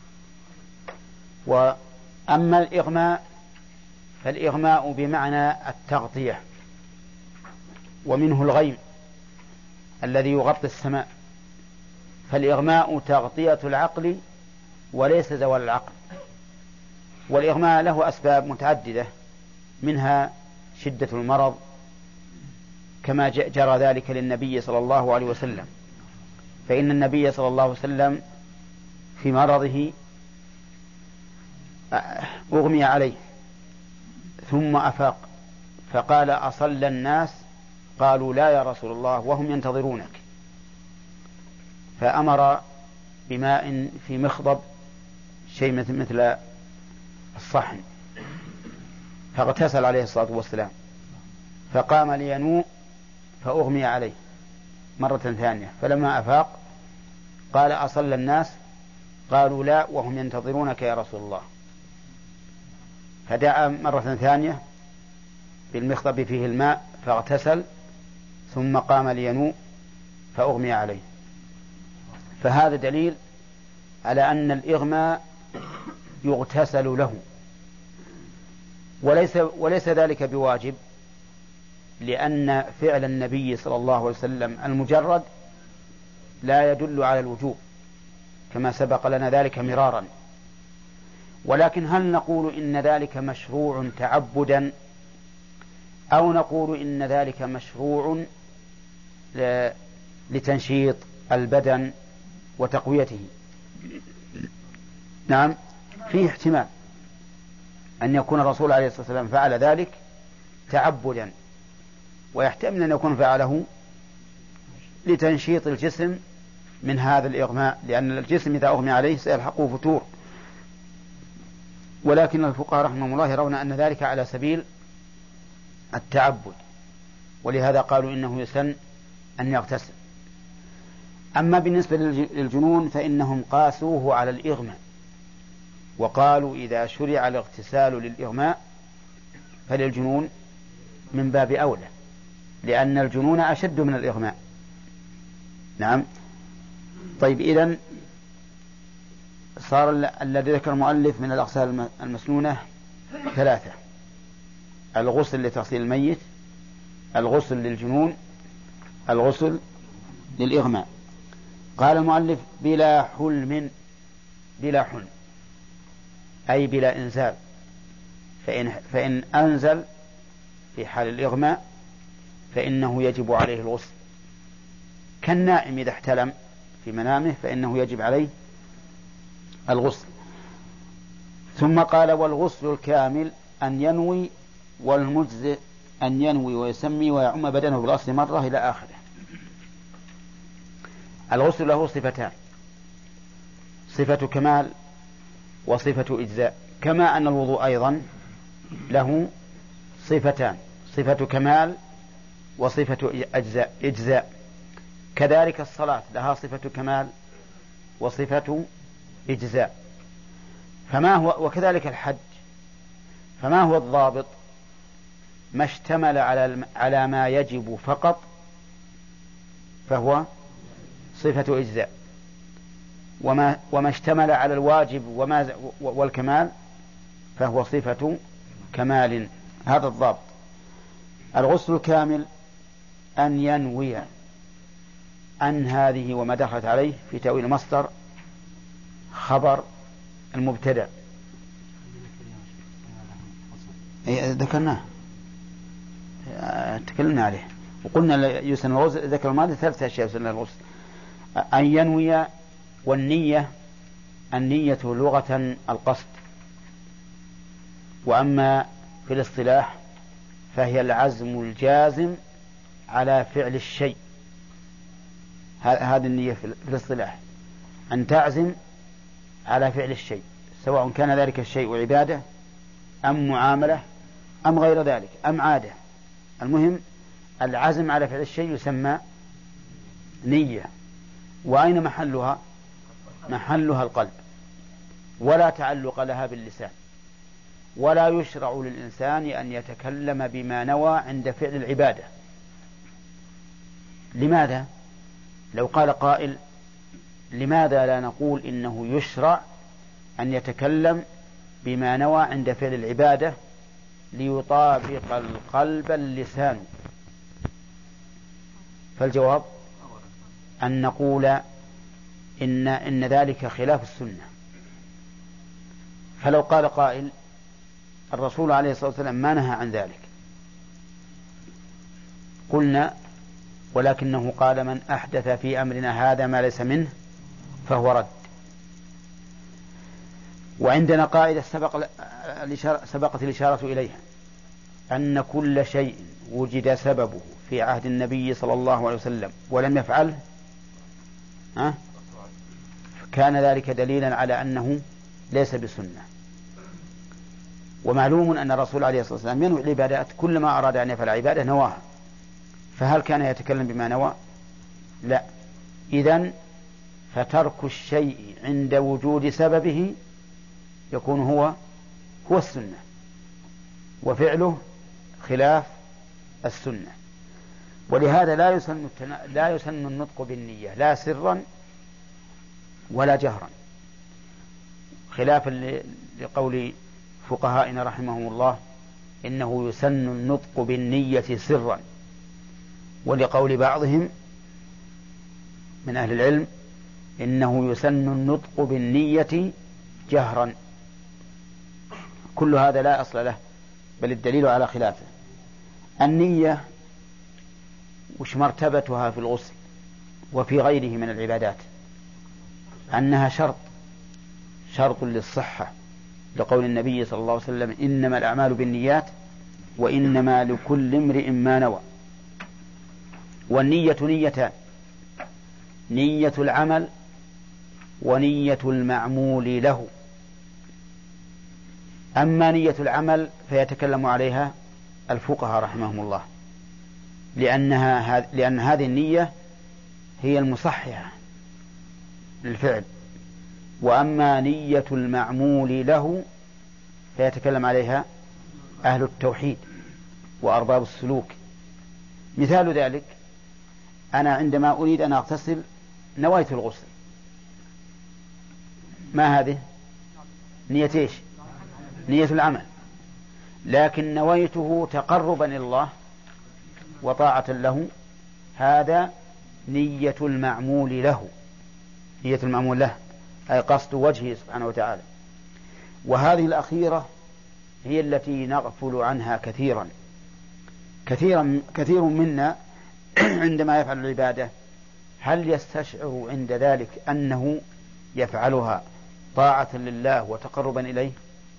وأما الإغماء فالإغماء بمعنى التغطية، ومنه الغيم الذي يغطي السماء. فالإغماء تغطية العقل وليس زوال العقل. والإغماء له أسباب متعددة، منها شدة المرض كما جرى ذلك للنبي صلى الله عليه وسلم، فإن النبي صلى الله عليه وسلم في مرضه أغمي عليه ثم أفاق فقال أصلى الناس؟ قالوا لا يا رسول الله وهم ينتظرونك. فأمر بماء في مخضب شيء مثل الصحن، فاغتسل عليه الصلاة والسلام، فقام لينوء فأغمي عليه مرة ثانية، فلما أفاق قال أصلى الناس؟ قالوا لا وهم ينتظرونك يا رسول الله. فدعا مرة ثانية بالمخضب فيه الماء فاغتسل ثم قام لينوء فأغمي عليه. فهذا دليل على أن الإغماء يغتسل له، وليس ذلك بواجب، لأن فعل النبي صلى الله عليه وسلم المجرد لا يدل على الوجوب كما سبق لنا ذلك مرارا. ولكن هل نقول إن ذلك مشروع تعبدا أو نقول إن ذلك مشروع لتنشيط البدن وتقويته؟ نعم، فيه احتمال أن يكون الرسول عليه الصلاة والسلام فعل ذلك تعبدا، ويحتمل أن يكون فعله لتنشيط الجسم من هذا الإغماء، لأن الجسم إذا أغمي عليه سيلحقه فتور. ولكن الفقهاء رحمهم الله يرون أن ذلك على سبيل التعبد، ولهذا قالوا إنه يسن أن يغتسل. أما بالنسبة للجنون فإنهم قاسوه على الإغماء، وقالوا إذا شرع الاغتسال للإغماء فللجنون من باب أولى، لأن الجنون أشد من الإغماء. نعم. طيب، إذن صار الذي ذكر المؤلف من الأغسال المسنونة 3: الغسل لتغسيل الميت، الغسل للجنون، الغسل للإغماء. قال المؤلف بلا حلم. بلا حلم أي بلا إنزال، فإن أنزل في حال الإغماء فإنه يجب عليه الغسل، كالنائم إذا احتلم في منامه فإنه يجب عليه الغسل. ثم قال والغسل الكامل أن ينوي، والمجزئ أن ينوي ويسمي ويعم بدنه بالغسل مرة إلى آخره. الغسل له صفتان: صفة كمال وصفة إجزاء، كما أن الوضوء أيضا له صفتان، صفة كمال وصفة إجزاء. كذلك الصلاة لها صفة كمال وصفة إجزاء. وكذلك الحج. فما هو الضابط؟ ما اشتمل على ما يجب فقط فهو صفة إجزاء، وما اشتمل على الواجب والكمال فهو صفة كمال. هذا الضابط. الغسل الكامل أن ينوي أن هذه وما دخلت عليه في تأويل المصدر خبر المبتدأ. ذكرناه تكلمنا عليه وقلنا يسن الغسل. ذكر الماضي 3 أشياء يسن الغسل: أن ينوي، والنية النية لغة القصد، وأما في الاصطلاح فهي العزم الجازم على فعل الشيء. هذه النية في الاصطلاح، أن تعزم على فعل الشيء، سواء كان ذلك الشيء عبادة أم معاملة أم غير ذلك أم عادة. المهم العزم على فعل الشيء يسمى نية. وأين محلها؟ محلها القلب، ولا تعلق لها باللسان، ولا يشرع للإنسان أن يتكلم بما نوى عند فعل العبادة. لماذا؟ لو قال قائل لماذا لا نقول إنه يشرع أن يتكلم بما نوى عند فعل العبادة ليطابق القلب اللسان؟ فالجواب أن نقول إن ذلك خلاف السنة. فلو قال قائل الرسول عليه الصلاة والسلام ما نهى عن ذلك، قلنا ولكنه قال من أحدث في أمرنا هذا ما ليس منه فهو رد. وعندنا قاعدة سبقت الإشارة إليها، أن كل شيء وجد سببه في عهد النبي صلى الله عليه وسلم ولم يفعله كان ذلك دليلا على أنه ليس بسنة. ومعلوم أن الرسول عليه الصلاة والسلام ينوي العبادات، كل ما أراد أن يفعل عبادة نواها، فهل كان يتكلم بما نوى؟ لا. إذن فترك الشيء عند وجود سببه يكون هو السنة، وفعله خلاف السنة. ولهذا لا يسن النطق بالنية لا سرا ولا جهرا، خلافا لقول فقهائنا رحمهم الله إنه يسن النطق بالنية سرا، ولقول بعضهم من أهل العلم إنه يسن النطق بالنية جهرا. كل هذا لا أصل له، بل الدليل على خلافه. النية وش مرتبتها في الغسل وفي غيره من العبادات؟ أنها شرط للصحة، لقول النبي صلى الله عليه وسلم إنما الأعمال بالنيات وإنما لكل امرئ ما نوى. والنية نيتان: نية العمل ونية المعمول له. أما نية العمل فيتكلم عليها الفقهاء رحمهم الله، لأن هذه النية هي المصححة للفعل. وأما نية المعمول له فيتكلم عليها أهل التوحيد وأرباب السلوك. مثال ذلك: أنا عندما أريد أن أغتسل نويت الغسل، ما هذه؟ نية إيش؟ نية العمل، لكن نويته تقربا إلى الله وطاعة له، هذا نية المعمول له. نية المعمول له أي قصد وجهه سبحانه وتعالى. وهذه الأخيرة هي التي نغفل عنها كثير منا عندما يفعل العبادة هل يستشعر عند ذلك أنه يفعلها طاعة لله وتقربا إليه؟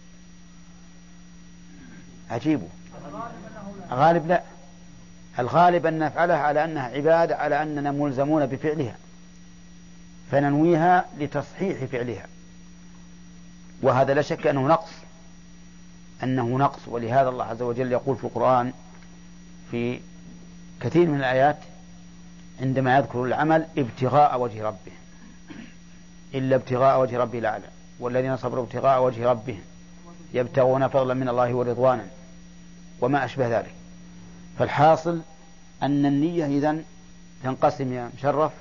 عجيب. غالب لا، الغالب أن نفعلها على أنها عبادة، على أننا ملزمون بفعلها، فننويها لتصحيح فعلها. وهذا لا شك أنه نقص. ولهذا الله عز وجل يقول في القرآن في كثير من الآيات عندما يذكر العمل ابتغاء وجه ربه، إلا ابتغاء وجه ربه الأعلى والذين صبروا ابتغاء وجه ربهم يبتغون فضلا من الله ورضوانا وما أشبه ذلك. فالحاصل أن النية إذن تنقسم يا مشرف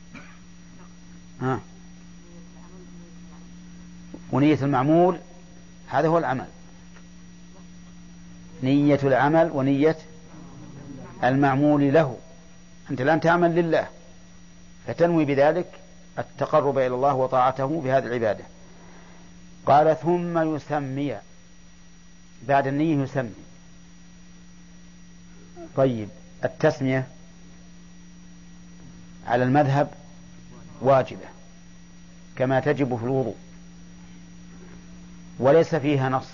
ونية المعمول هذا هو العمل، نية العمل ونية المعمول له. أنت الآن تعمل لله فتنوي بذلك التقرب إلى الله وطاعته بهذه العبادة. قال ثم يسمي، بعد النية يسمي. طيب التسمية على المذهب واجبة كما تجب في الوضوء، وليس فيها نص،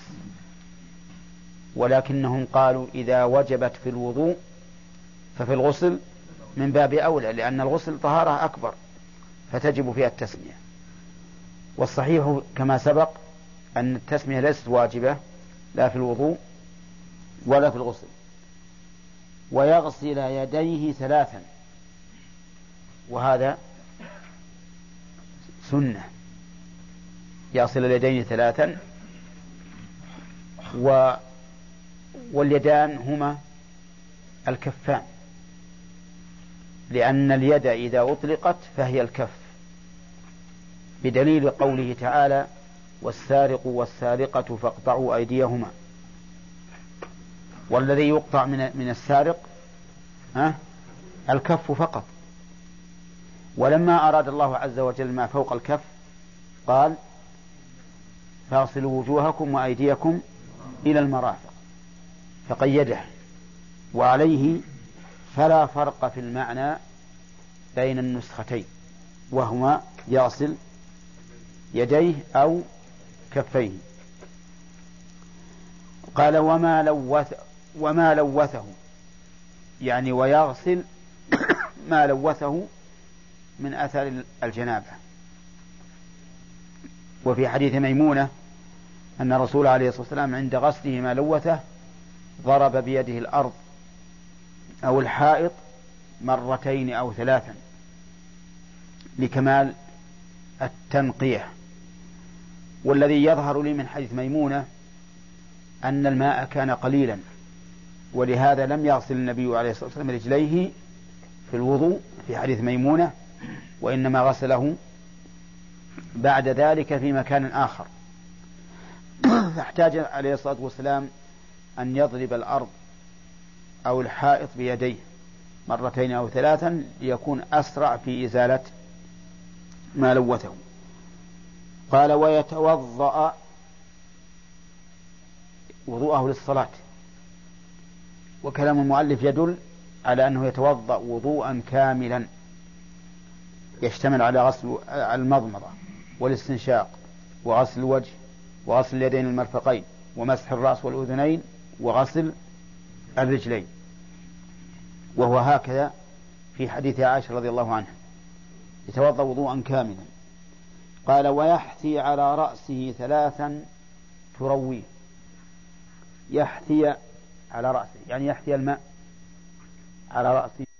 ولكنهم قالوا إذا وجبت في الوضوء ففي الغسل من باب أولى، لأن الغسل طهارة أكبر فتجب فيها التسمية. والصحيح كما سبق أن التسمية ليست واجبة لا في الوضوء ولا في الغسل. ويغسل يديه 3، وهذا سنة، يغسل اليدين 3. واليدان هما الكفان، لأن اليد إذا أطلقت فهي الكف، بدليل قوله تعالى والسارق والسارقة فاقطعوا أيديهما. والذي يقطع من السارق الكف فقط. ولما أراد الله عز وجل ما فوق الكف قال فاغسلوا وجوهكم وأيديكم إلى المرافق فقيده. وعليه فلا فرق في المعنى بين النسختين، وهما يغسل يديه أو كفيه. قال وما لوثه، يعني ويغسل ما لوثه من أثر الجنابة. وفي حديث ميمونة أن الرسول عليه الصلاة والسلام عند غسله ما لوثه ضرب بيده الأرض أو الحائط 2 أو 3 لكمال التنقية. والذي يظهر لي من حديث ميمونة أن الماء كان قليلا، ولهذا لم يغسل النبي عليه الصلاة والسلام رجليه في الوضوء في حديث ميمونة، وإنما غسله بعد ذلك في مكان آخر. فاحتاج عليه الصلاة والسلام أن يضرب الأرض أو الحائط بيديه 2 أو 3 ليكون أسرع في إزالة ما لوثه. قال ويتوضأ وضوءه للصلاة. وكلام المؤلف يدل على أنه يتوضأ وضوءا كاملا يشتمل على غسل المضمضة والاستنشاق وغسل الوجه وغسل اليدين المرفقين ومسح الرأس والأذنين وغسل الرجلين، وهو هكذا في حديث عائشة رضي الله عنها يتوضأ وضوءا كاملا. قال ويحثي على رأسه 3 ترويه. يحثي على رأسه يعني يحثي الماء على رأسه